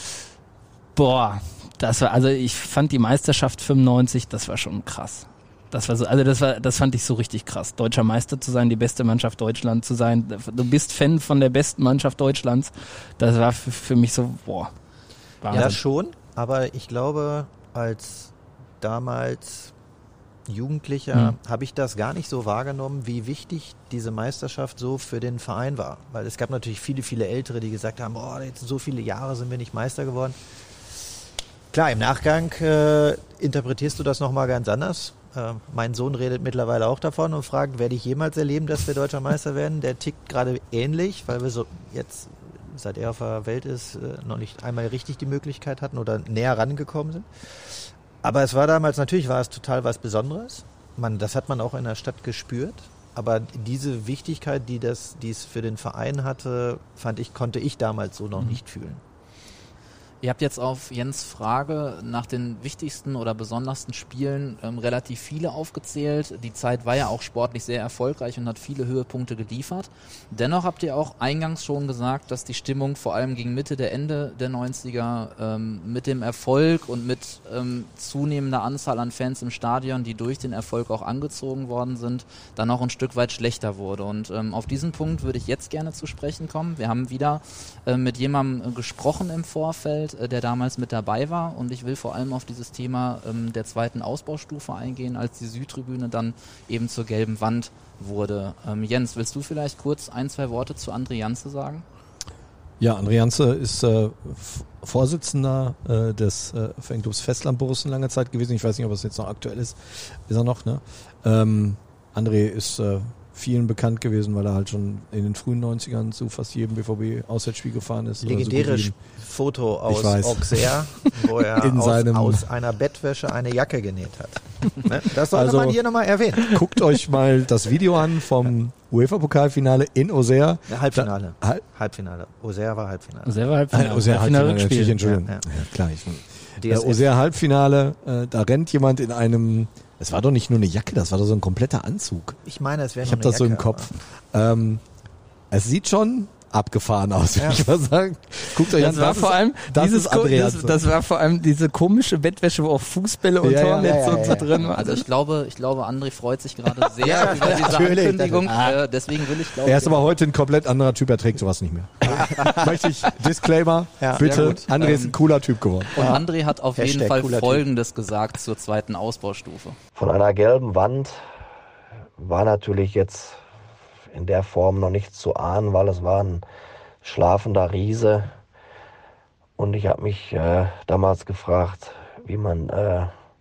boah, das war, also ich fand die Meisterschaft fünfundneunzig, das war schon krass. Das war so, also das war, das fand ich so richtig krass. Deutscher Meister zu sein, die beste Mannschaft Deutschlands zu sein. Du bist Fan von der besten Mannschaft Deutschlands. Das war für, für mich so, boah. Ja, das schon, aber ich glaube, als damals Jugendlicher hm. habe ich das gar nicht so wahrgenommen, wie wichtig diese Meisterschaft so für den Verein war. Weil es gab natürlich viele, viele Ältere, die gesagt haben, oh, jetzt so viele Jahre sind wir nicht Meister geworden. Klar, im Nachgang äh, interpretierst du das nochmal ganz anders. Äh, mein Sohn redet mittlerweile auch davon und fragt, werde ich jemals erleben, dass wir Deutscher Meister werden? Der tickt gerade ähnlich, weil wir so jetzt, seit er auf der Welt ist, äh, noch nicht einmal richtig die Möglichkeit hatten oder näher rangekommen sind. Aber es war damals, natürlich war es total was Besonderes. Man, das hat man auch in der Stadt gespürt. Aber diese Wichtigkeit, die das, die es für den Verein hatte, fand ich, konnte ich damals so noch mhm. nicht fühlen. Ihr habt jetzt auf Jens Frage nach den wichtigsten oder besondersten Spielen ähm, relativ viele aufgezählt. Die Zeit war ja auch sportlich sehr erfolgreich und hat viele Höhepunkte geliefert. Dennoch habt ihr auch eingangs schon gesagt, dass die Stimmung vor allem gegen Mitte der Ende der neunziger ähm, mit dem Erfolg und mit ähm, zunehmender Anzahl an Fans im Stadion, die durch den Erfolg auch angezogen worden sind, dann auch ein Stück weit schlechter wurde. Und ähm, auf diesen Punkt würde ich jetzt gerne zu sprechen kommen. Wir haben wieder äh, mit jemandem äh, gesprochen im Vorfeld, der damals mit dabei war, und ich will vor allem auf dieses Thema ähm, der zweiten Ausbaustufe eingehen, als die Südtribüne dann eben zur gelben Wand wurde. Ähm, Jens, willst du vielleicht kurz ein, zwei Worte zu André Janse sagen? Ja, André Janse ist äh, Vorsitzender äh, des äh, Fanclubs Festland Borussen lange Zeit gewesen. Ich weiß nicht, ob es jetzt noch aktuell ist. Ist er noch, ne? Ähm, André ist äh, vielen bekannt gewesen, weil er halt schon in den frühen neunzigern zu fast jedem B V B-Auswärtsspiel gefahren ist. Legendäres so Foto aus Auxerre, wo er in aus, seinem aus einer Bettwäsche eine Jacke genäht hat. Ne? Das sollte also, man hier nochmal erwähnen. Guckt euch mal das Video an vom UEFA-Pokalfinale in Auxerre. Ja, Halbfinale. Da, Halb- Halbfinale. Auxerre war Halbfinale. Auxerre war Halbfinale. Auxerre Halbfinale, Halbfinale natürlich, Entschuldigung. Ja, Ja, ja. klar. Ich, äh, Auxerre Halbfinale, äh, da rennt jemand in einem, es war doch nicht nur eine Jacke, das war doch so ein kompletter Anzug. Ich meine, es wäre Ich noch habe das eine so im Jacke, Kopf. Ähm, es sieht schon abgefahren aus, würde Ja. ich mal sagen. Guckt euch Das an, war das vor ist- allem das dieses ist Ko- André das, Janse. das war vor allem diese komische Bettwäsche, wo auch Fußbälle und Ja, ja, Tornetz ja, ja, und so ja. drin waren. Also ich glaube, ich glaube, André freut sich gerade sehr Ja, über diese natürlich. Ankündigung. Äh, deswegen will ich, glaube Er ist aber heute ein komplett anderer Typ, er trägt sowas nicht mehr. Möchte ich, Disclaimer, Ja, bitte, sehr gut. André ist ein cooler Typ geworden. Und André hat auf jeden Hashtag Fall cooler Typ. Folgendes gesagt zur zweiten Ausbaustufe. Von einer gelben Wand war natürlich jetzt in der Form noch nichts zu ahnen, weil es war ein schlafender Riese. Und ich habe mich äh, damals gefragt, wie man, äh,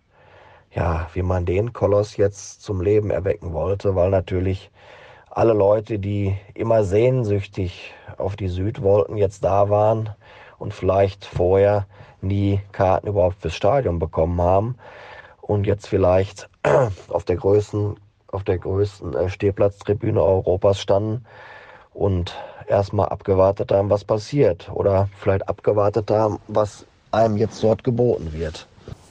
ja, wie man den Koloss jetzt zum Leben erwecken wollte, weil natürlich alle Leute, die immer sehnsüchtig auf die Süd wollten, jetzt da waren und vielleicht vorher nie Karten überhaupt fürs Stadion bekommen haben und jetzt vielleicht auf der größten, auf der größten äh, Stehplatztribüne Europas standen und erstmal abgewartet haben, was passiert, oder vielleicht abgewartet haben, was einem jetzt dort geboten wird.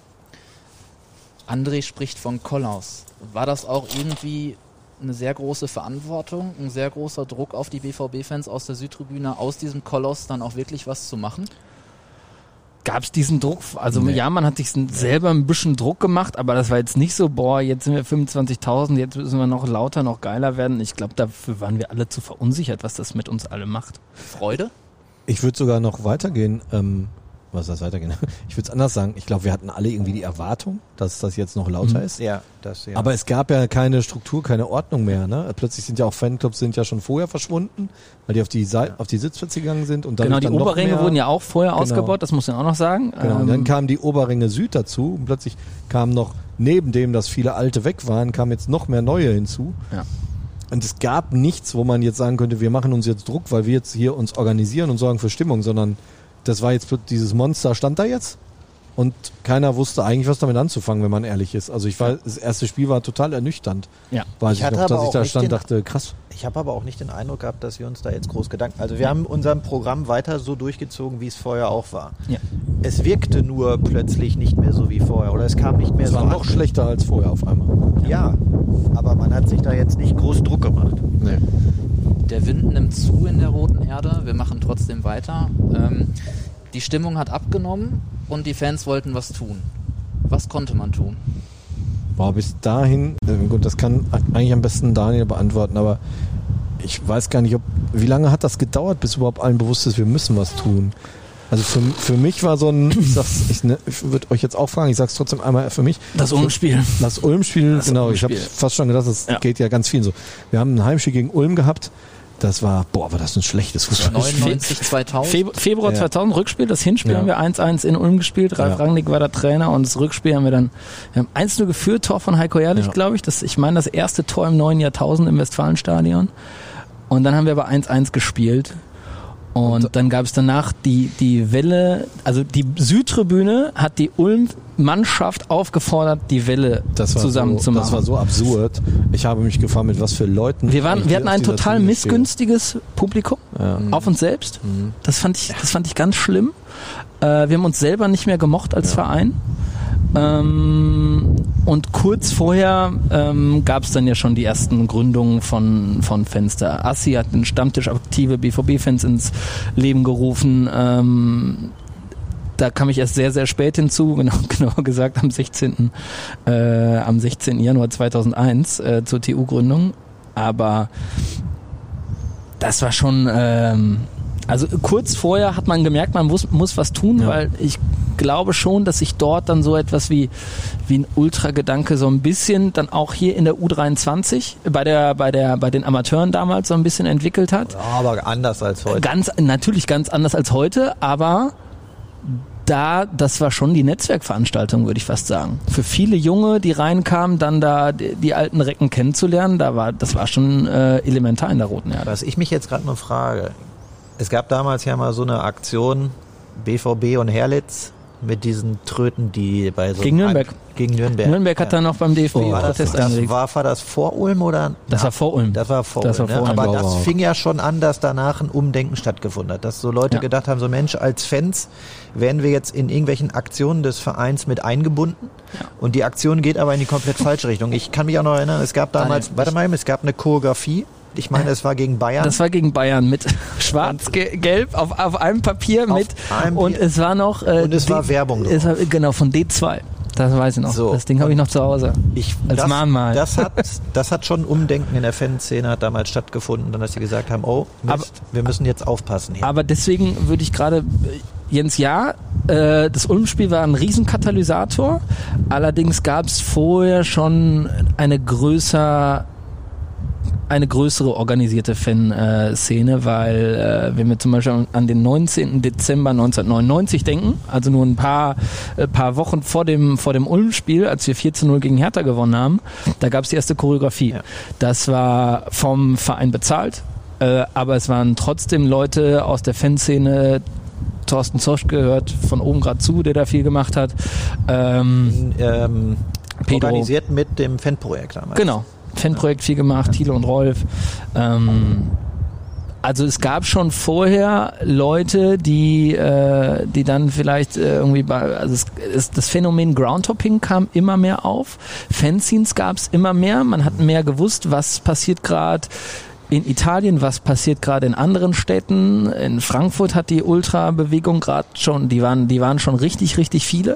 André spricht von Koloss. War das auch irgendwie eine sehr große Verantwortung, ein sehr großer Druck auf die B V B-Fans aus der Südtribüne, aus diesem Koloss dann auch wirklich was zu machen? Gab es diesen Druck? Also Nee. ja, man hat sich selber ein bisschen Druck gemacht, aber das war jetzt nicht so, boah, jetzt sind wir fünfundzwanzigtausend, jetzt müssen wir noch lauter, noch geiler werden. Ich glaube, dafür waren wir alle zu verunsichert, was das mit uns alle macht. Freude? Ich würde sogar noch weitergehen. Ähm, was heißt weitergehen? Ich würde es anders sagen. Ich glaube, wir hatten alle irgendwie die Erwartung, dass das jetzt noch lauter Mhm. ist. Ja, das ja. Aber es gab ja keine Struktur, keine Ordnung mehr. Ne? Plötzlich sind ja auch Fanclubs sind ja schon vorher verschwunden, weil die auf die, Seite, auf die Sitzplätze gegangen sind. Und Genau, die dann noch Oberränge mehr. wurden ja auch vorher Genau. ausgebaut, das muss man auch noch sagen. Genau, und dann Ähm, kamen die Oberränge Süd dazu und plötzlich kam noch, neben dem, dass viele alte weg waren, kamen jetzt noch mehr neue hinzu. Ja. Und es gab nichts, wo man jetzt sagen könnte, wir machen uns jetzt Druck, weil wir jetzt hier uns organisieren und sorgen für Stimmung, sondern das war jetzt, dieses Monster stand da jetzt und keiner wusste eigentlich, was damit anzufangen, wenn man ehrlich ist. Also ich war, das erste Spiel war total ernüchternd. Ja. Weiß Ich ich, hatte noch, aber dass ich auch da nicht stand, den- dachte, krass. Ich habe aber auch nicht den Eindruck gehabt, dass wir uns da jetzt groß Gedanken... Also wir haben unser Programm weiter so durchgezogen, wie es vorher auch war. Ja. Es wirkte nur plötzlich nicht mehr so wie vorher oder es kam nicht mehr Es so war noch an. schlechter als vorher auf einmal. Ja, aber man hat sich da jetzt nicht groß Druck gemacht. Nee. Der Wind nimmt zu in der Roten Erde, wir machen trotzdem weiter. Ähm, die Stimmung hat abgenommen und die Fans wollten was tun. Was konnte man tun? Boah, bis dahin, äh, gut, das kann eigentlich am besten Daniel beantworten, aber ich weiß gar nicht, ob, wie lange hat das gedauert, bis überhaupt allen bewusst ist, wir müssen was tun. Also für, für mich war so ein, ich sag's, ich, ne, ich würde euch jetzt auch fragen, ich sag's trotzdem einmal für mich. Das Ulm-Spiel. Das Ulm-Spiel, Das genau, ich Ulm-Spiel. habe fast schon gedacht, das Ja. geht ja ganz vielen so. Wir haben ein Heimspiel gegen Ulm gehabt, das war, boah, war das ein schlechtes Fußballspiel. neunundneunzig, zweitausend? Feb- Februar Ja. zweitausend, Rückspiel. Das Hinspiel Ja. haben wir eins eins in Ulm gespielt. Ralf Ja. Rangnick war der Trainer und das Rückspiel haben wir dann, wir haben eins null geführt, Tor von Heiko Ehrlich, Ja. glaube ich. Das, ich meine, das erste Tor im neuen Jahrtausend im Westfalenstadion. Und dann haben wir aber eins eins gespielt. Und dann gab es danach die, die Welle, also die Südtribüne hat die Ulm-Mannschaft aufgefordert, die Welle Das war, zusammen so, zu machen. das war so absurd. Ich habe mich gefragt, mit was für Leuten. Wir, waren, ich wir hatten auf ein dieser total Tribüne stehe. missgünstiges Publikum Ja. auf uns selbst. Das fand ich, das fand ich ganz schlimm. Äh, wir haben uns selber nicht mehr gemocht als Verein. Ähm, und kurz vorher ähm, gab es dann ja schon die ersten Gründungen von, von Fenster. Assi hat einen Stammtisch aktive B V B-Fans ins Leben gerufen. Ähm, da kam ich erst sehr, sehr spät hinzu, genau, genauer gesagt am sechzehnten Äh, am sechzehnten Januar zweitausendeins äh, zur T U-Gründung. Aber das war schon, ähm, also kurz vorher hat man gemerkt, man muss, muss was tun, Ja. weil ich glaube schon, dass sich dort dann so etwas wie, wie ein Ultragedanke so ein bisschen dann auch hier in der U dreiundzwanzig bei der, bei der, bei den Amateuren damals so ein bisschen entwickelt hat. Ja, aber anders als heute. Ganz, natürlich ganz anders als heute, aber da, das war schon die Netzwerkveranstaltung, würde ich fast sagen. Für viele Junge, die reinkamen, dann da die, die alten Recken kennenzulernen, da war, das war schon äh, elementar in der Roten Erde. Was ich mich jetzt gerade nur frage, es gab damals ja mal so eine Aktion B V B und Herlitz mit diesen Tröten, die bei so Gegen Nürnberg. Gegen Nürnberg. Nürnberg hat ja. dann auch beim D F B war das, Protest das eingelegt. war, war das vor Ulm oder? Das war vor Ulm. Das war vor Das Ulm. war vor Ne? Ulm, Aber glaube das ich auch. fing ja schon an, dass danach ein Umdenken stattgefunden hat. Dass so Leute Ja. gedacht haben, so Mensch, als Fans werden wir jetzt in irgendwelchen Aktionen des Vereins mit eingebunden. Und die Aktion geht aber in die komplett falsche Richtung. Ich kann mich auch noch erinnern, es gab damals, Daniel, warte mal, es gab eine Choreografie. Ich meine, es war gegen Bayern. Das war gegen Bayern mit schwarz-gelb auf, auf einem Papier Auf mit einem und Bier. es war noch äh, Und es war Werbung es war, genau von D zwei. Das weiß ich noch. So. Das Ding habe ich noch zu Hause. Ich, Als das, Mahnmal. Das hat, das hat schon Umdenken in der Fanszene hat damals stattgefunden, dann dass sie gesagt haben, oh, Mist, Aber- wir müssen jetzt aufpassen hier. Aber deswegen würde ich gerade, äh, Jens, ja, äh, das Ulm-Spiel war ein Riesenkatalysator. Allerdings gab es vorher schon eine größer eine größere organisierte Fanszene, weil äh, wenn wir zum Beispiel an den neunzehnten Dezember neunzehnhundertneunundneunzig denken, also nur ein paar, äh, paar Wochen vor dem, vor dem Ulm-Spiel, als wir vier zu null gegen Hertha gewonnen haben, da gab es die erste Choreografie. Ja. Das war vom Verein bezahlt, äh, aber es waren trotzdem Leute aus der Fanszene. Thorsten Zosch gehört von oben gerade zu, der da viel gemacht hat. Ähm, ähm, Pedro. Organisiert mit dem Fanprojekt damals. Genau. Fanprojekt viel gemacht, Thilo und Rolf. Ähm, also es gab schon vorher Leute, die, äh, die dann vielleicht äh, irgendwie bei, also es, es, das Phänomen Groundhopping kam immer mehr auf. Fanzines gab es immer mehr. Man hat mehr gewusst, was passiert gerade in Italien, was passiert gerade in anderen Städten. In Frankfurt hat die Ultra-Bewegung gerade schon, die waren, die waren schon richtig, richtig viele.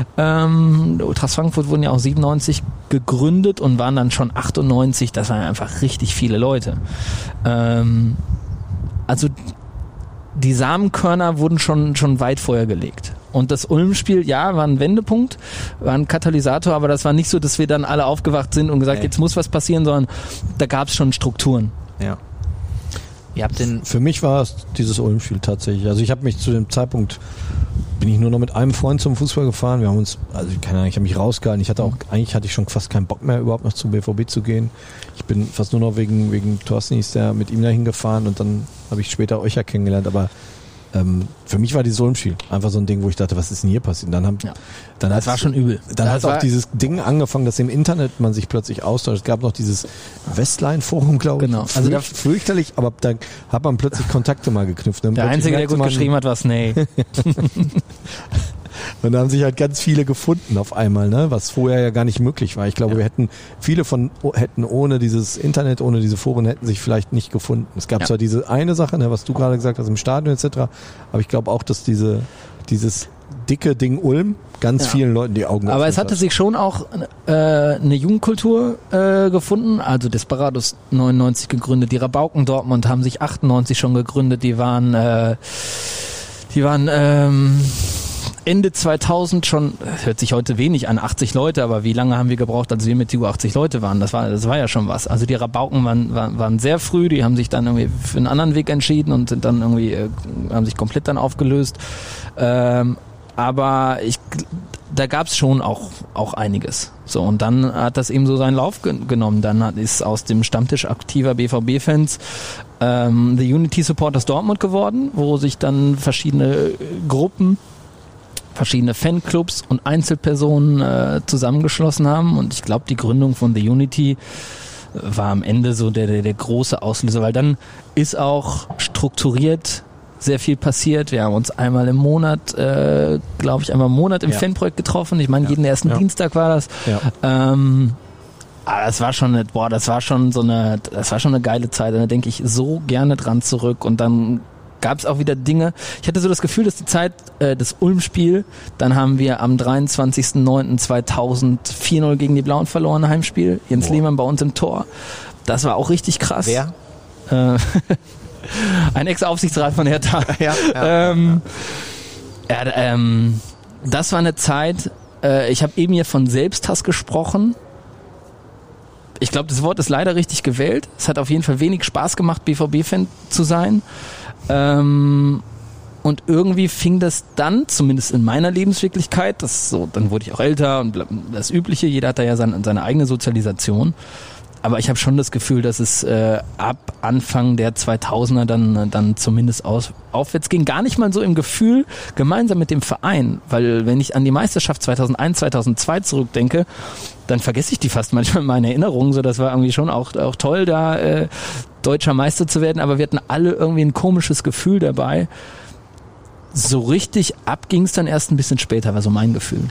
Ähm, die Ultras Frankfurt wurden ja auch siebenundneunzig gegründet und waren dann schon achtundneunzig. Das waren einfach richtig viele Leute. Ähm, also die Samenkörner wurden schon, schon weit vorher gelegt. Und das Ulm-Spiel, ja, war ein Wendepunkt, war ein Katalysator, aber das war nicht so, dass wir dann alle aufgewacht sind und gesagt, Nee. jetzt muss was passieren, sondern da gab es schon Strukturen. Ja. Ihr habt den Für mich war es dieses Ulm-Spiel tatsächlich. Also ich habe mich zu dem Zeitpunkt, bin ich nur noch mit einem Freund zum Fußball gefahren. Wir haben uns, also keine Ahnung, ich habe mich rausgehalten. Ich hatte auch, eigentlich hatte ich schon fast keinen Bock mehr überhaupt noch zum B V B zu gehen. Ich bin fast nur noch wegen, wegen Thorsten hieß der mit ihm dahin gefahren und dann habe ich später euch ja kennengelernt. Aber ähm, für mich war dieses Ulm-Spiel einfach so ein Ding, wo ich dachte, was ist denn hier passiert? Und dann haben, ja. dann das war schon übel. Dann das hat auch dieses Ding angefangen, dass im Internet man sich plötzlich austauscht. Es gab noch dieses Westline-Forum, glaube ich. Genau. Also Fürcht, fürchterlich, aber da hat man plötzlich Kontakte mal geknüpft. Der Einzige, der gut man, geschrieben hat, war Snake. Und da haben sich halt ganz viele gefunden auf einmal, ne? Was vorher ja gar nicht möglich war. Ich glaube, ja. wir hätten, viele von hätten ohne dieses Internet, ohne diese Foren, hätten sich vielleicht nicht gefunden. Es gab ja. zwar diese eine Sache, ne, was du gerade gesagt hast, im Stadion et cetera, aber ich glaube auch, dass diese dieses dicke Ding Ulm ganz ja. vielen Leuten die Augen Aber es hatte hat. sich schon auch äh, eine Jugendkultur äh, gefunden, also Desperados neunundneunzig gegründet, die Rabauken Dortmund haben sich achtundneunzig schon gegründet, die waren äh, die waren ähm, Ende zweitausend schon, hört sich heute wenig an, achtzig Leute, aber wie lange haben wir gebraucht, als wir mit U achtzig Leute waren? Das war, das war ja schon was. Also die Rabauken waren, waren, waren sehr früh, die haben sich dann irgendwie für einen anderen Weg entschieden und sind dann irgendwie, äh, haben sich komplett dann aufgelöst. Ähm, aber ich, da gab es schon auch, auch einiges. So, und dann hat das eben so seinen Lauf ge- genommen. Dann hat, ist aus dem Stammtisch aktiver B V B-Fans ähm, The Unity Supporters Dortmund geworden, wo sich dann verschiedene Gruppen, verschiedene Fanclubs und Einzelpersonen äh, zusammengeschlossen haben, und ich glaube, die Gründung von The Unity war am Ende so der, der, der große Auslöser, weil dann ist auch strukturiert sehr viel passiert. Wir haben uns einmal im Monat, äh, glaube ich, einmal im Monat im ja. Fanprojekt getroffen. Ich meine, ja. jeden ersten ja. Dienstag war das. Ja. Ähm, aber das war schon, eine, boah, das war schon so eine, das war schon eine geile Zeit. Und da denke ich so gerne dran zurück. Und dann gab es auch wieder Dinge. Ich hatte so das Gefühl, dass die Zeit äh, des Ulm-Spiel, dann haben wir am dreiundzwanzigsten neunten zweitausend vier null gegen die Blauen verloren, Heimspiel. Jens Boah. Lehmann bei uns im Tor. Das war auch richtig krass. Wer? Äh, ein Ex-Aufsichtsrat von Hertha. ja, ja, ähm, ja. Ja, ähm, das war eine Zeit, äh, ich habe eben hier von Selbsthass gesprochen. Ich glaube, das Wort ist leider richtig gewählt. Es hat auf jeden Fall wenig Spaß gemacht, B V B-Fan zu sein. Ähm, und irgendwie fing das dann, zumindest in meiner Lebenswirklichkeit, das so, dann wurde ich auch älter und das Übliche, jeder hat da ja seine, seine eigene Sozialisation. Aber ich habe schon das Gefühl, dass es äh, ab Anfang der zweitausender dann, dann zumindest aus, aufwärts ging. Gar nicht mal so im Gefühl, gemeinsam mit dem Verein. Weil wenn ich an die Meisterschaft zweitausendeins, zweitausendzwei zurückdenke, dann vergesse ich die fast manchmal in meinen Erinnerungen. So, das war irgendwie schon auch, auch toll, da äh, deutscher Meister zu werden. Aber wir hatten alle irgendwie ein komisches Gefühl dabei. So richtig ab ging es dann erst ein bisschen später, war so mein Gefühl.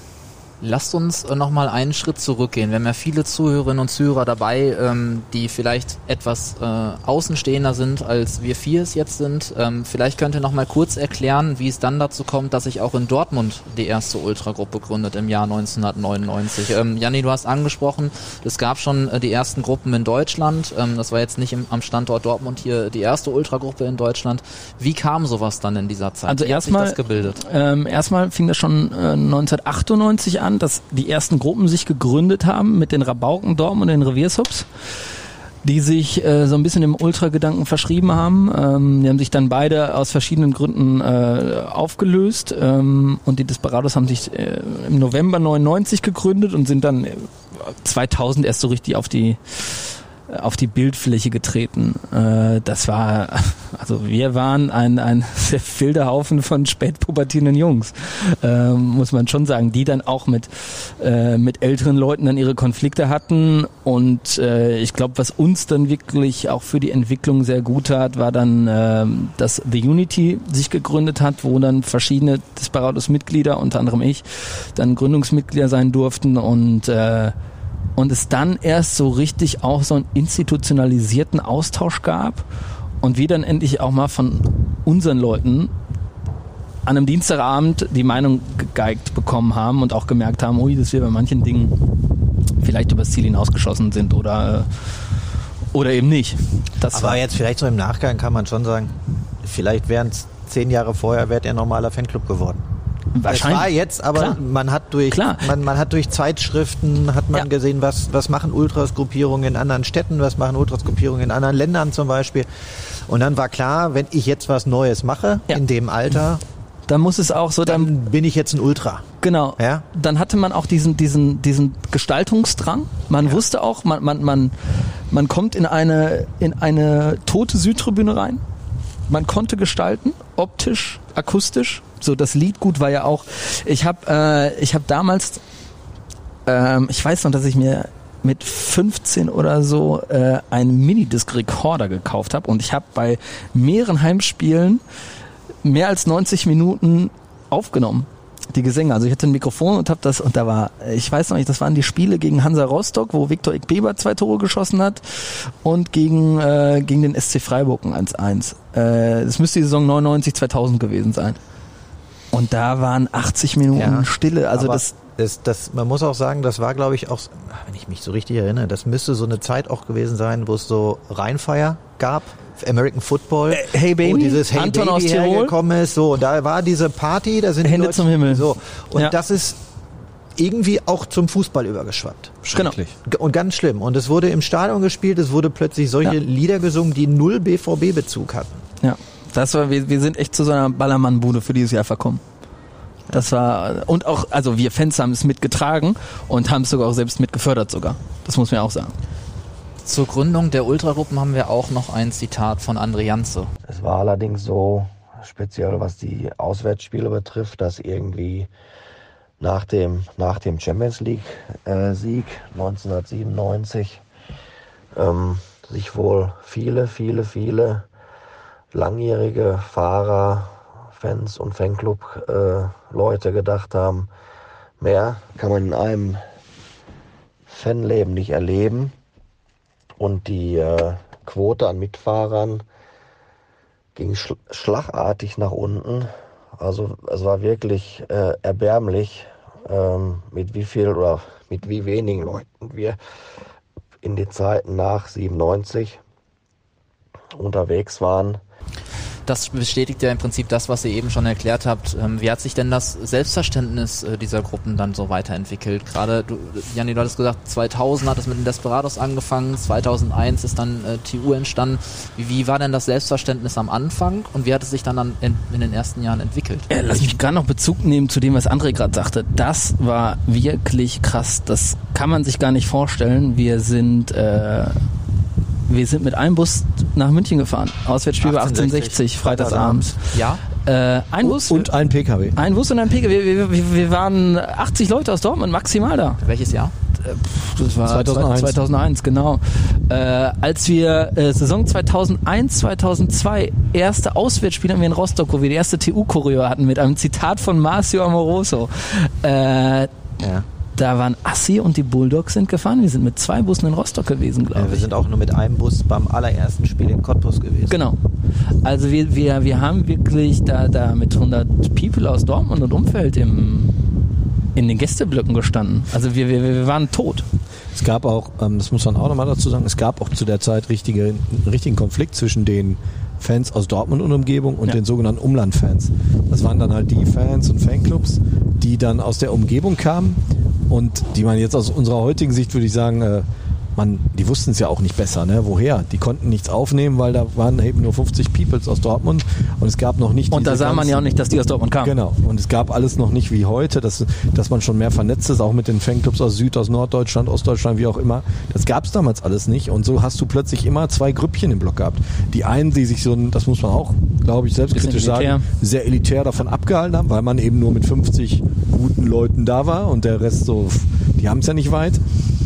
Lasst uns äh, nochmal einen Schritt zurückgehen. Wir haben ja viele Zuhörerinnen und Zuhörer dabei, ähm, die vielleicht etwas äh, außenstehender sind, als wir vier es jetzt sind. Ähm, vielleicht könnt ihr nochmal kurz erklären, wie es dann dazu kommt, dass sich auch in Dortmund die erste Ultragruppe gründet im Jahr neunzehnhundertneunundneunzig. Ähm, Janni, du hast angesprochen, es gab schon äh, die ersten Gruppen in Deutschland. Ähm, das war jetzt nicht im, am Standort Dortmund hier die erste Ultragruppe in Deutschland. Wie kam sowas dann in dieser Zeit? Also wie hat sich das gebildet? Ähm, erstmal fing das schon äh, neunzehnhundertachtundneunzig an, dass die ersten Gruppen sich gegründet haben mit den Rabauken Dortmund und den Reviershubs, die sich äh, so ein bisschen dem Ultra-Gedanken verschrieben haben. Ähm, die haben sich dann beide aus verschiedenen Gründen äh, aufgelöst, ähm, und die Desperados haben sich äh, im November neunundneunzig gegründet und sind dann zweitausend erst so richtig auf die auf die Bildfläche getreten. Äh, das war, also wir waren ein, ein sehr wilder Haufen von spätpubertierenden Jungs, äh, muss man schon sagen, die dann auch mit, äh, mit älteren Leuten dann ihre Konflikte hatten, und äh, ich glaube, was uns dann wirklich auch für die Entwicklung sehr gut tat, war dann, äh, dass The Unity sich gegründet hat, wo dann verschiedene Desperados-Mitglieder, unter anderem ich, dann Gründungsmitglieder sein durften, und äh, und es dann erst so richtig auch so einen institutionalisierten Austausch gab und wir dann endlich auch mal von unseren Leuten an einem Dienstagabend die Meinung gegeigt bekommen haben und auch gemerkt haben, ui, dass wir bei manchen Dingen vielleicht übers Ziel hinausgeschossen sind oder, oder eben nicht. Das Aber war jetzt vielleicht so im Nachgang kann man schon sagen, vielleicht wären es zehn Jahre vorher, wäre der normaler Fanclub geworden. Wahrscheinlich. Es war jetzt, aber Klar. man hat durch man, man hat durch Zeitschriften hat man ja. gesehen, was was machen Ultras-Gruppierungen in anderen Städten, was machen Ultras-Gruppierungen in anderen Ländern zum Beispiel. Und dann war klar, wenn ich jetzt was Neues mache ja. in dem Alter, dann muss es auch so, dann, dann bin ich jetzt ein Ultra. Genau. Ja? Dann hatte man auch diesen diesen diesen Gestaltungsdrang. Man ja. wusste auch, man man man man kommt in eine in eine tote Südtribüne rein. Man konnte gestalten optisch, akustisch. So das Liedgut war ja auch. Ich habe, äh, ich habe damals, ähm, ich weiß noch, dass ich mir mit fünfzehn oder so äh, einen Minidisc-Rekorder gekauft habe und ich habe bei mehreren Heimspielen mehr als neunzig Minuten aufgenommen. Die Gesänge, also ich hatte ein Mikrofon und habe das, und da war, ich weiß noch nicht, das waren die Spiele gegen Hansa Rostock, wo Viktor Ikbeba zwei Tore geschossen hat und gegen äh, gegen den S C Freiburg ein eins eins. Äh, das müsste die Saison neunundneunzig zweitausend gewesen sein. Und da waren achtzig Minuten ja, Stille, also das, das, das, man muss auch sagen, das war, glaube ich, auch, wenn ich mich so richtig erinnere, das müsste so eine Zeit auch gewesen sein, wo es so Rheinfeier gab. American Football, äh, Hey Baby, wo dieses Hey Anton Baby aus Tirol hergekommen ist, so, und da war diese Party, da sind Hände Leute, zum Himmel. So, und ja. das ist irgendwie auch zum Fußball übergeschwappt. Schrecklich. Genau. Und ganz schlimm. Und es wurde im Stadion gespielt, es wurde plötzlich solche ja. Lieder gesungen, die null B V B-Bezug hatten. Ja, das war, wir, wir sind echt zu so einer Ballermann-Bude für dieses Jahr verkommen. Das war, und auch, also wir Fans haben es mitgetragen und haben es sogar auch selbst mitgefördert sogar. Das muss man auch sagen. Zur Gründung der Ultragruppen haben wir auch noch ein Zitat von André Janze. Es war allerdings so, speziell was die Auswärtsspiele betrifft, dass irgendwie nach dem, nach dem Champions League äh, Sieg neunzehnhundertsiebenundneunzig ähm, sich wohl viele, viele, viele langjährige Fahrer, Fans und Fanclub äh, Leute gedacht haben, mehr kann man in einem Fanleben nicht erleben. Und die äh, Quote an Mitfahrern ging schl- schlagartig nach unten. Also es war wirklich äh, erbärmlich, ähm, mit wie viel oder mit wie wenigen Leuten wir in die Zeiten nach siebenundneunzig unterwegs waren. Das bestätigt ja im Prinzip das, was ihr eben schon erklärt habt. Wie hat sich denn das Selbstverständnis dieser Gruppen dann so weiterentwickelt? Gerade, du, Janni, du hattest gesagt, zweitausend hat es mit den Desperados angefangen, zweitausendeins ist dann äh, T U entstanden. Wie, wie war denn das Selbstverständnis am Anfang und wie hat es sich dann, dann in, in den ersten Jahren entwickelt? Ja, lass mich gerade noch Bezug nehmen zu dem, was André gerade sagte. Das war wirklich krass. Das kann man sich gar nicht vorstellen. Wir sind... Äh Wir sind mit einem Bus nach München gefahren. Auswärtsspiel bei achtzehnhundertsechzig, freitagsabends. Ja. Äh, ein Bus. Und ein P K W. Ein Bus und ein P K W. Wir, wir, wir waren achtzig Leute aus Dortmund, maximal da. Welches Jahr? Das war zweitausendeins, zweitausendeins genau. Äh, als wir äh, Saison zweitausendeins, zweitausendzwei erste Auswärtsspiele in Rostock, wo wir die erste T U-Choreo hatten mit einem Zitat von Marcio Amoroso. Äh, ja. Da waren Assi und die Bulldogs sind gefahren. Wir sind mit zwei Bussen in Rostock gewesen, glaube ich. Ja, wir sind auch nur mit einem Bus beim allerersten Spiel in Cottbus gewesen. Genau. Also wir, wir, wir haben wirklich da, da mit hundert People aus Dortmund und Umfeld im, in den Gästeblöcken gestanden. Also wir, wir, wir waren tot. Es gab auch, ähm, das muss man auch nochmal dazu sagen, es gab auch zu der Zeit richtige, einen richtigen Konflikt zwischen den Fans aus Dortmund und Umgebung und ja. den sogenannten Umlandfans. Das waren dann halt die Fans und Fanclubs, die dann aus der Umgebung kamen und die man jetzt aus unserer heutigen Sicht, würde ich sagen, äh, man, die wussten es ja auch nicht besser, ne? Woher? Die konnten nichts aufnehmen, weil da waren eben nur fünfzig Peoples aus Dortmund und es gab noch nicht und da sah man ja auch nicht, dass die aus Dortmund kamen. Genau. Und es gab alles noch nicht wie heute, dass, dass man schon mehr vernetzt ist, auch mit den Fanclubs aus Süd, aus Norddeutschland, Ostdeutschland, wie auch immer. Das gab es damals alles nicht und so hast du plötzlich immer zwei Grüppchen im Block gehabt. Die einen, die sich so, das muss man auch, glaube ich, selbstkritisch sagen, sehr elitär davon abgehalten haben, weil man eben nur mit fünfzig guten Leuten da war und der Rest so, die haben es ja nicht weit.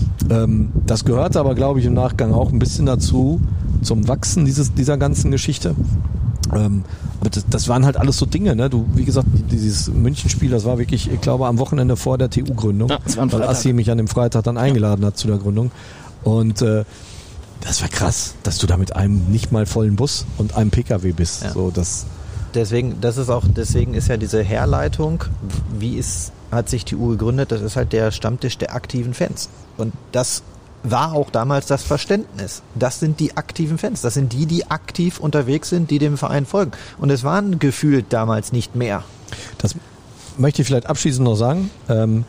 Ähm, das gehört aber, glaube ich, im Nachgang auch ein bisschen dazu, zum Wachsen dieses, dieser ganzen Geschichte. Ähm, aber das, das waren halt alles so Dinge, ne? Du, wie gesagt, dieses Münchenspiel, das war wirklich, ich glaube, am Wochenende vor der T U-Gründung, ja, weil Assi mich an dem Freitag dann eingeladen hat zu der Gründung. Und äh, das war krass, dass du da mit einem nicht mal vollen Bus und einem P K W bist. Ja. So, das deswegen, das ist auch, deswegen ist ja diese Herleitung, wie ist, hat sich die U gegründet, das ist halt der Stammtisch der aktiven Fans. Und das war auch damals das Verständnis. Das sind die aktiven Fans. Das sind die, die aktiv unterwegs sind, die dem Verein folgen. Und es waren gefühlt damals nicht mehr. Das möchte ich vielleicht abschließend noch sagen. Ähm,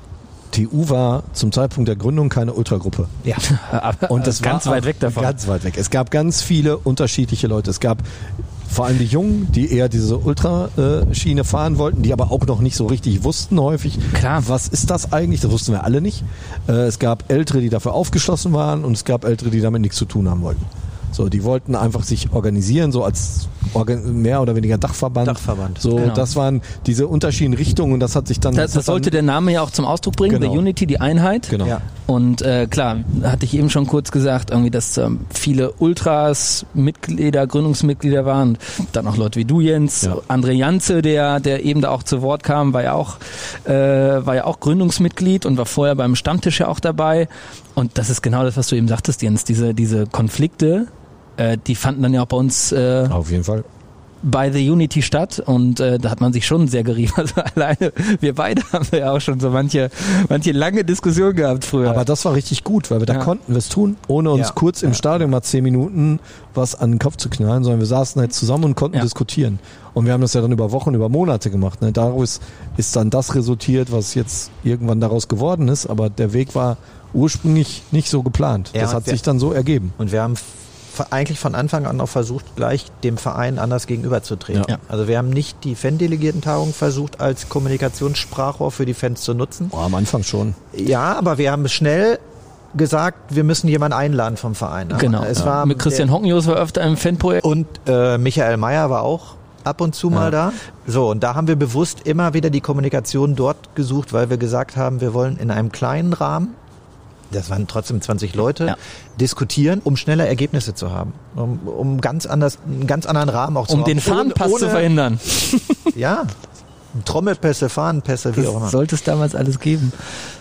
T U war zum Zeitpunkt der Gründung keine Ultragruppe. Ja, und das ganz war weit weg davon. Ganz weit weg. Es gab ganz viele unterschiedliche Leute. Es gab vor allem die Jungen, die eher diese Ultraschiene fahren wollten, die aber auch noch nicht so richtig wussten häufig, Klar. was ist das eigentlich? Das wussten wir alle nicht. Es gab Ältere, die dafür aufgeschlossen waren und es gab Ältere, die damit nichts zu tun haben wollten. So, die wollten einfach sich organisieren, so als Organ- mehr oder weniger Dachverband. Dachverband. So, Genau. das waren diese unterschiedlichen Richtungen und das hat sich dann... Das, das sollte der Name ja auch zum Ausdruck bringen, Genau. The Unity, die Einheit. Genau. Ja. Und äh, klar, hatte ich eben schon kurz gesagt, irgendwie, dass ähm, viele Ultras Mitglieder, Gründungsmitglieder waren. Dann auch Leute wie du, Jens, Ja. André Janze, der, der eben da auch zu Wort kam, war ja auch, äh, war ja auch Gründungsmitglied und war vorher beim Stammtisch ja auch dabei. Und das ist genau das, was du eben sagtest, Jens, diese, diese Konflikte, äh, die fanden dann ja auch bei uns äh, Auf jeden Fall. bei The Unity statt und äh, da hat man sich schon sehr gerieben. Also alleine, wir beide haben ja auch schon so manche, manche lange Diskussionen gehabt früher. Aber das war richtig gut, weil wir da Ja. konnten wir es tun, ohne uns Ja. kurz im Stadion mal zehn Minuten was an den Kopf zu knallen, sondern wir saßen halt zusammen und konnten Ja. diskutieren. Und wir haben das ja dann über Wochen, über Monate gemacht. Ne? Daraus ist dann das resultiert, was jetzt irgendwann daraus geworden ist, aber der Weg war ursprünglich nicht so geplant. Ja, das und hat wir- sich dann so ergeben. Und wir haben f- eigentlich von Anfang an auch versucht, gleich dem Verein anders gegenüberzutreten. Ja. Also wir haben nicht die Fandelegiertentagung versucht, als Kommunikationssprachrohr für die Fans zu nutzen. Oh, am Anfang schon. Ja, aber wir haben schnell gesagt, wir müssen jemanden einladen vom Verein. Ne? Genau. Es Ja. war Mit Christian der, Hockenjos war öfter im Fanprojekt. und äh, Michael Mayer war auch ab und zu mal da. So, und da haben wir bewusst immer wieder die Kommunikation dort gesucht, weil wir gesagt haben, wir wollen in einem kleinen Rahmen, das waren trotzdem zwanzig Leute, Ja. diskutieren, um schneller Ergebnisse zu haben. Um, um ganz anders, einen ganz anderen Rahmen auch zu Um haben. den Fahnenpass Ohne- zu verhindern. Ja, Trommelpässe, Fahnenpässe, wie auch immer. Das sollte es damals alles geben.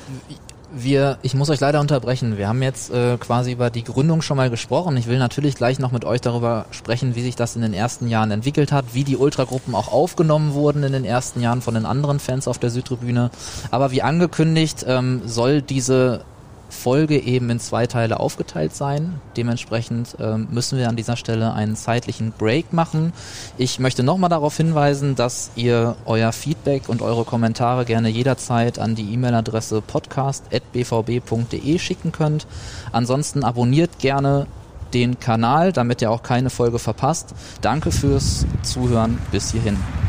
Wir, ich muss euch leider unterbrechen. Wir haben jetzt äh, quasi über die Gründung schon mal gesprochen. Ich will natürlich gleich noch mit euch darüber sprechen, wie sich das in den ersten Jahren entwickelt hat, wie die Ultragruppen auch aufgenommen wurden in den ersten Jahren von den anderen Fans auf der Südtribüne. Aber wie angekündigt, ähm, soll diese Folge eben in zwei Teile aufgeteilt sein. Dementsprechend ähm, müssen wir an dieser Stelle einen zeitlichen Break machen. Ich möchte nochmal darauf hinweisen, dass ihr euer Feedback und eure Kommentare gerne jederzeit an die E-Mail-Adresse podcast at b v b punkt d e schicken könnt. Ansonsten abonniert gerne den Kanal, damit ihr auch keine Folge verpasst. Danke fürs Zuhören. Bis hierhin.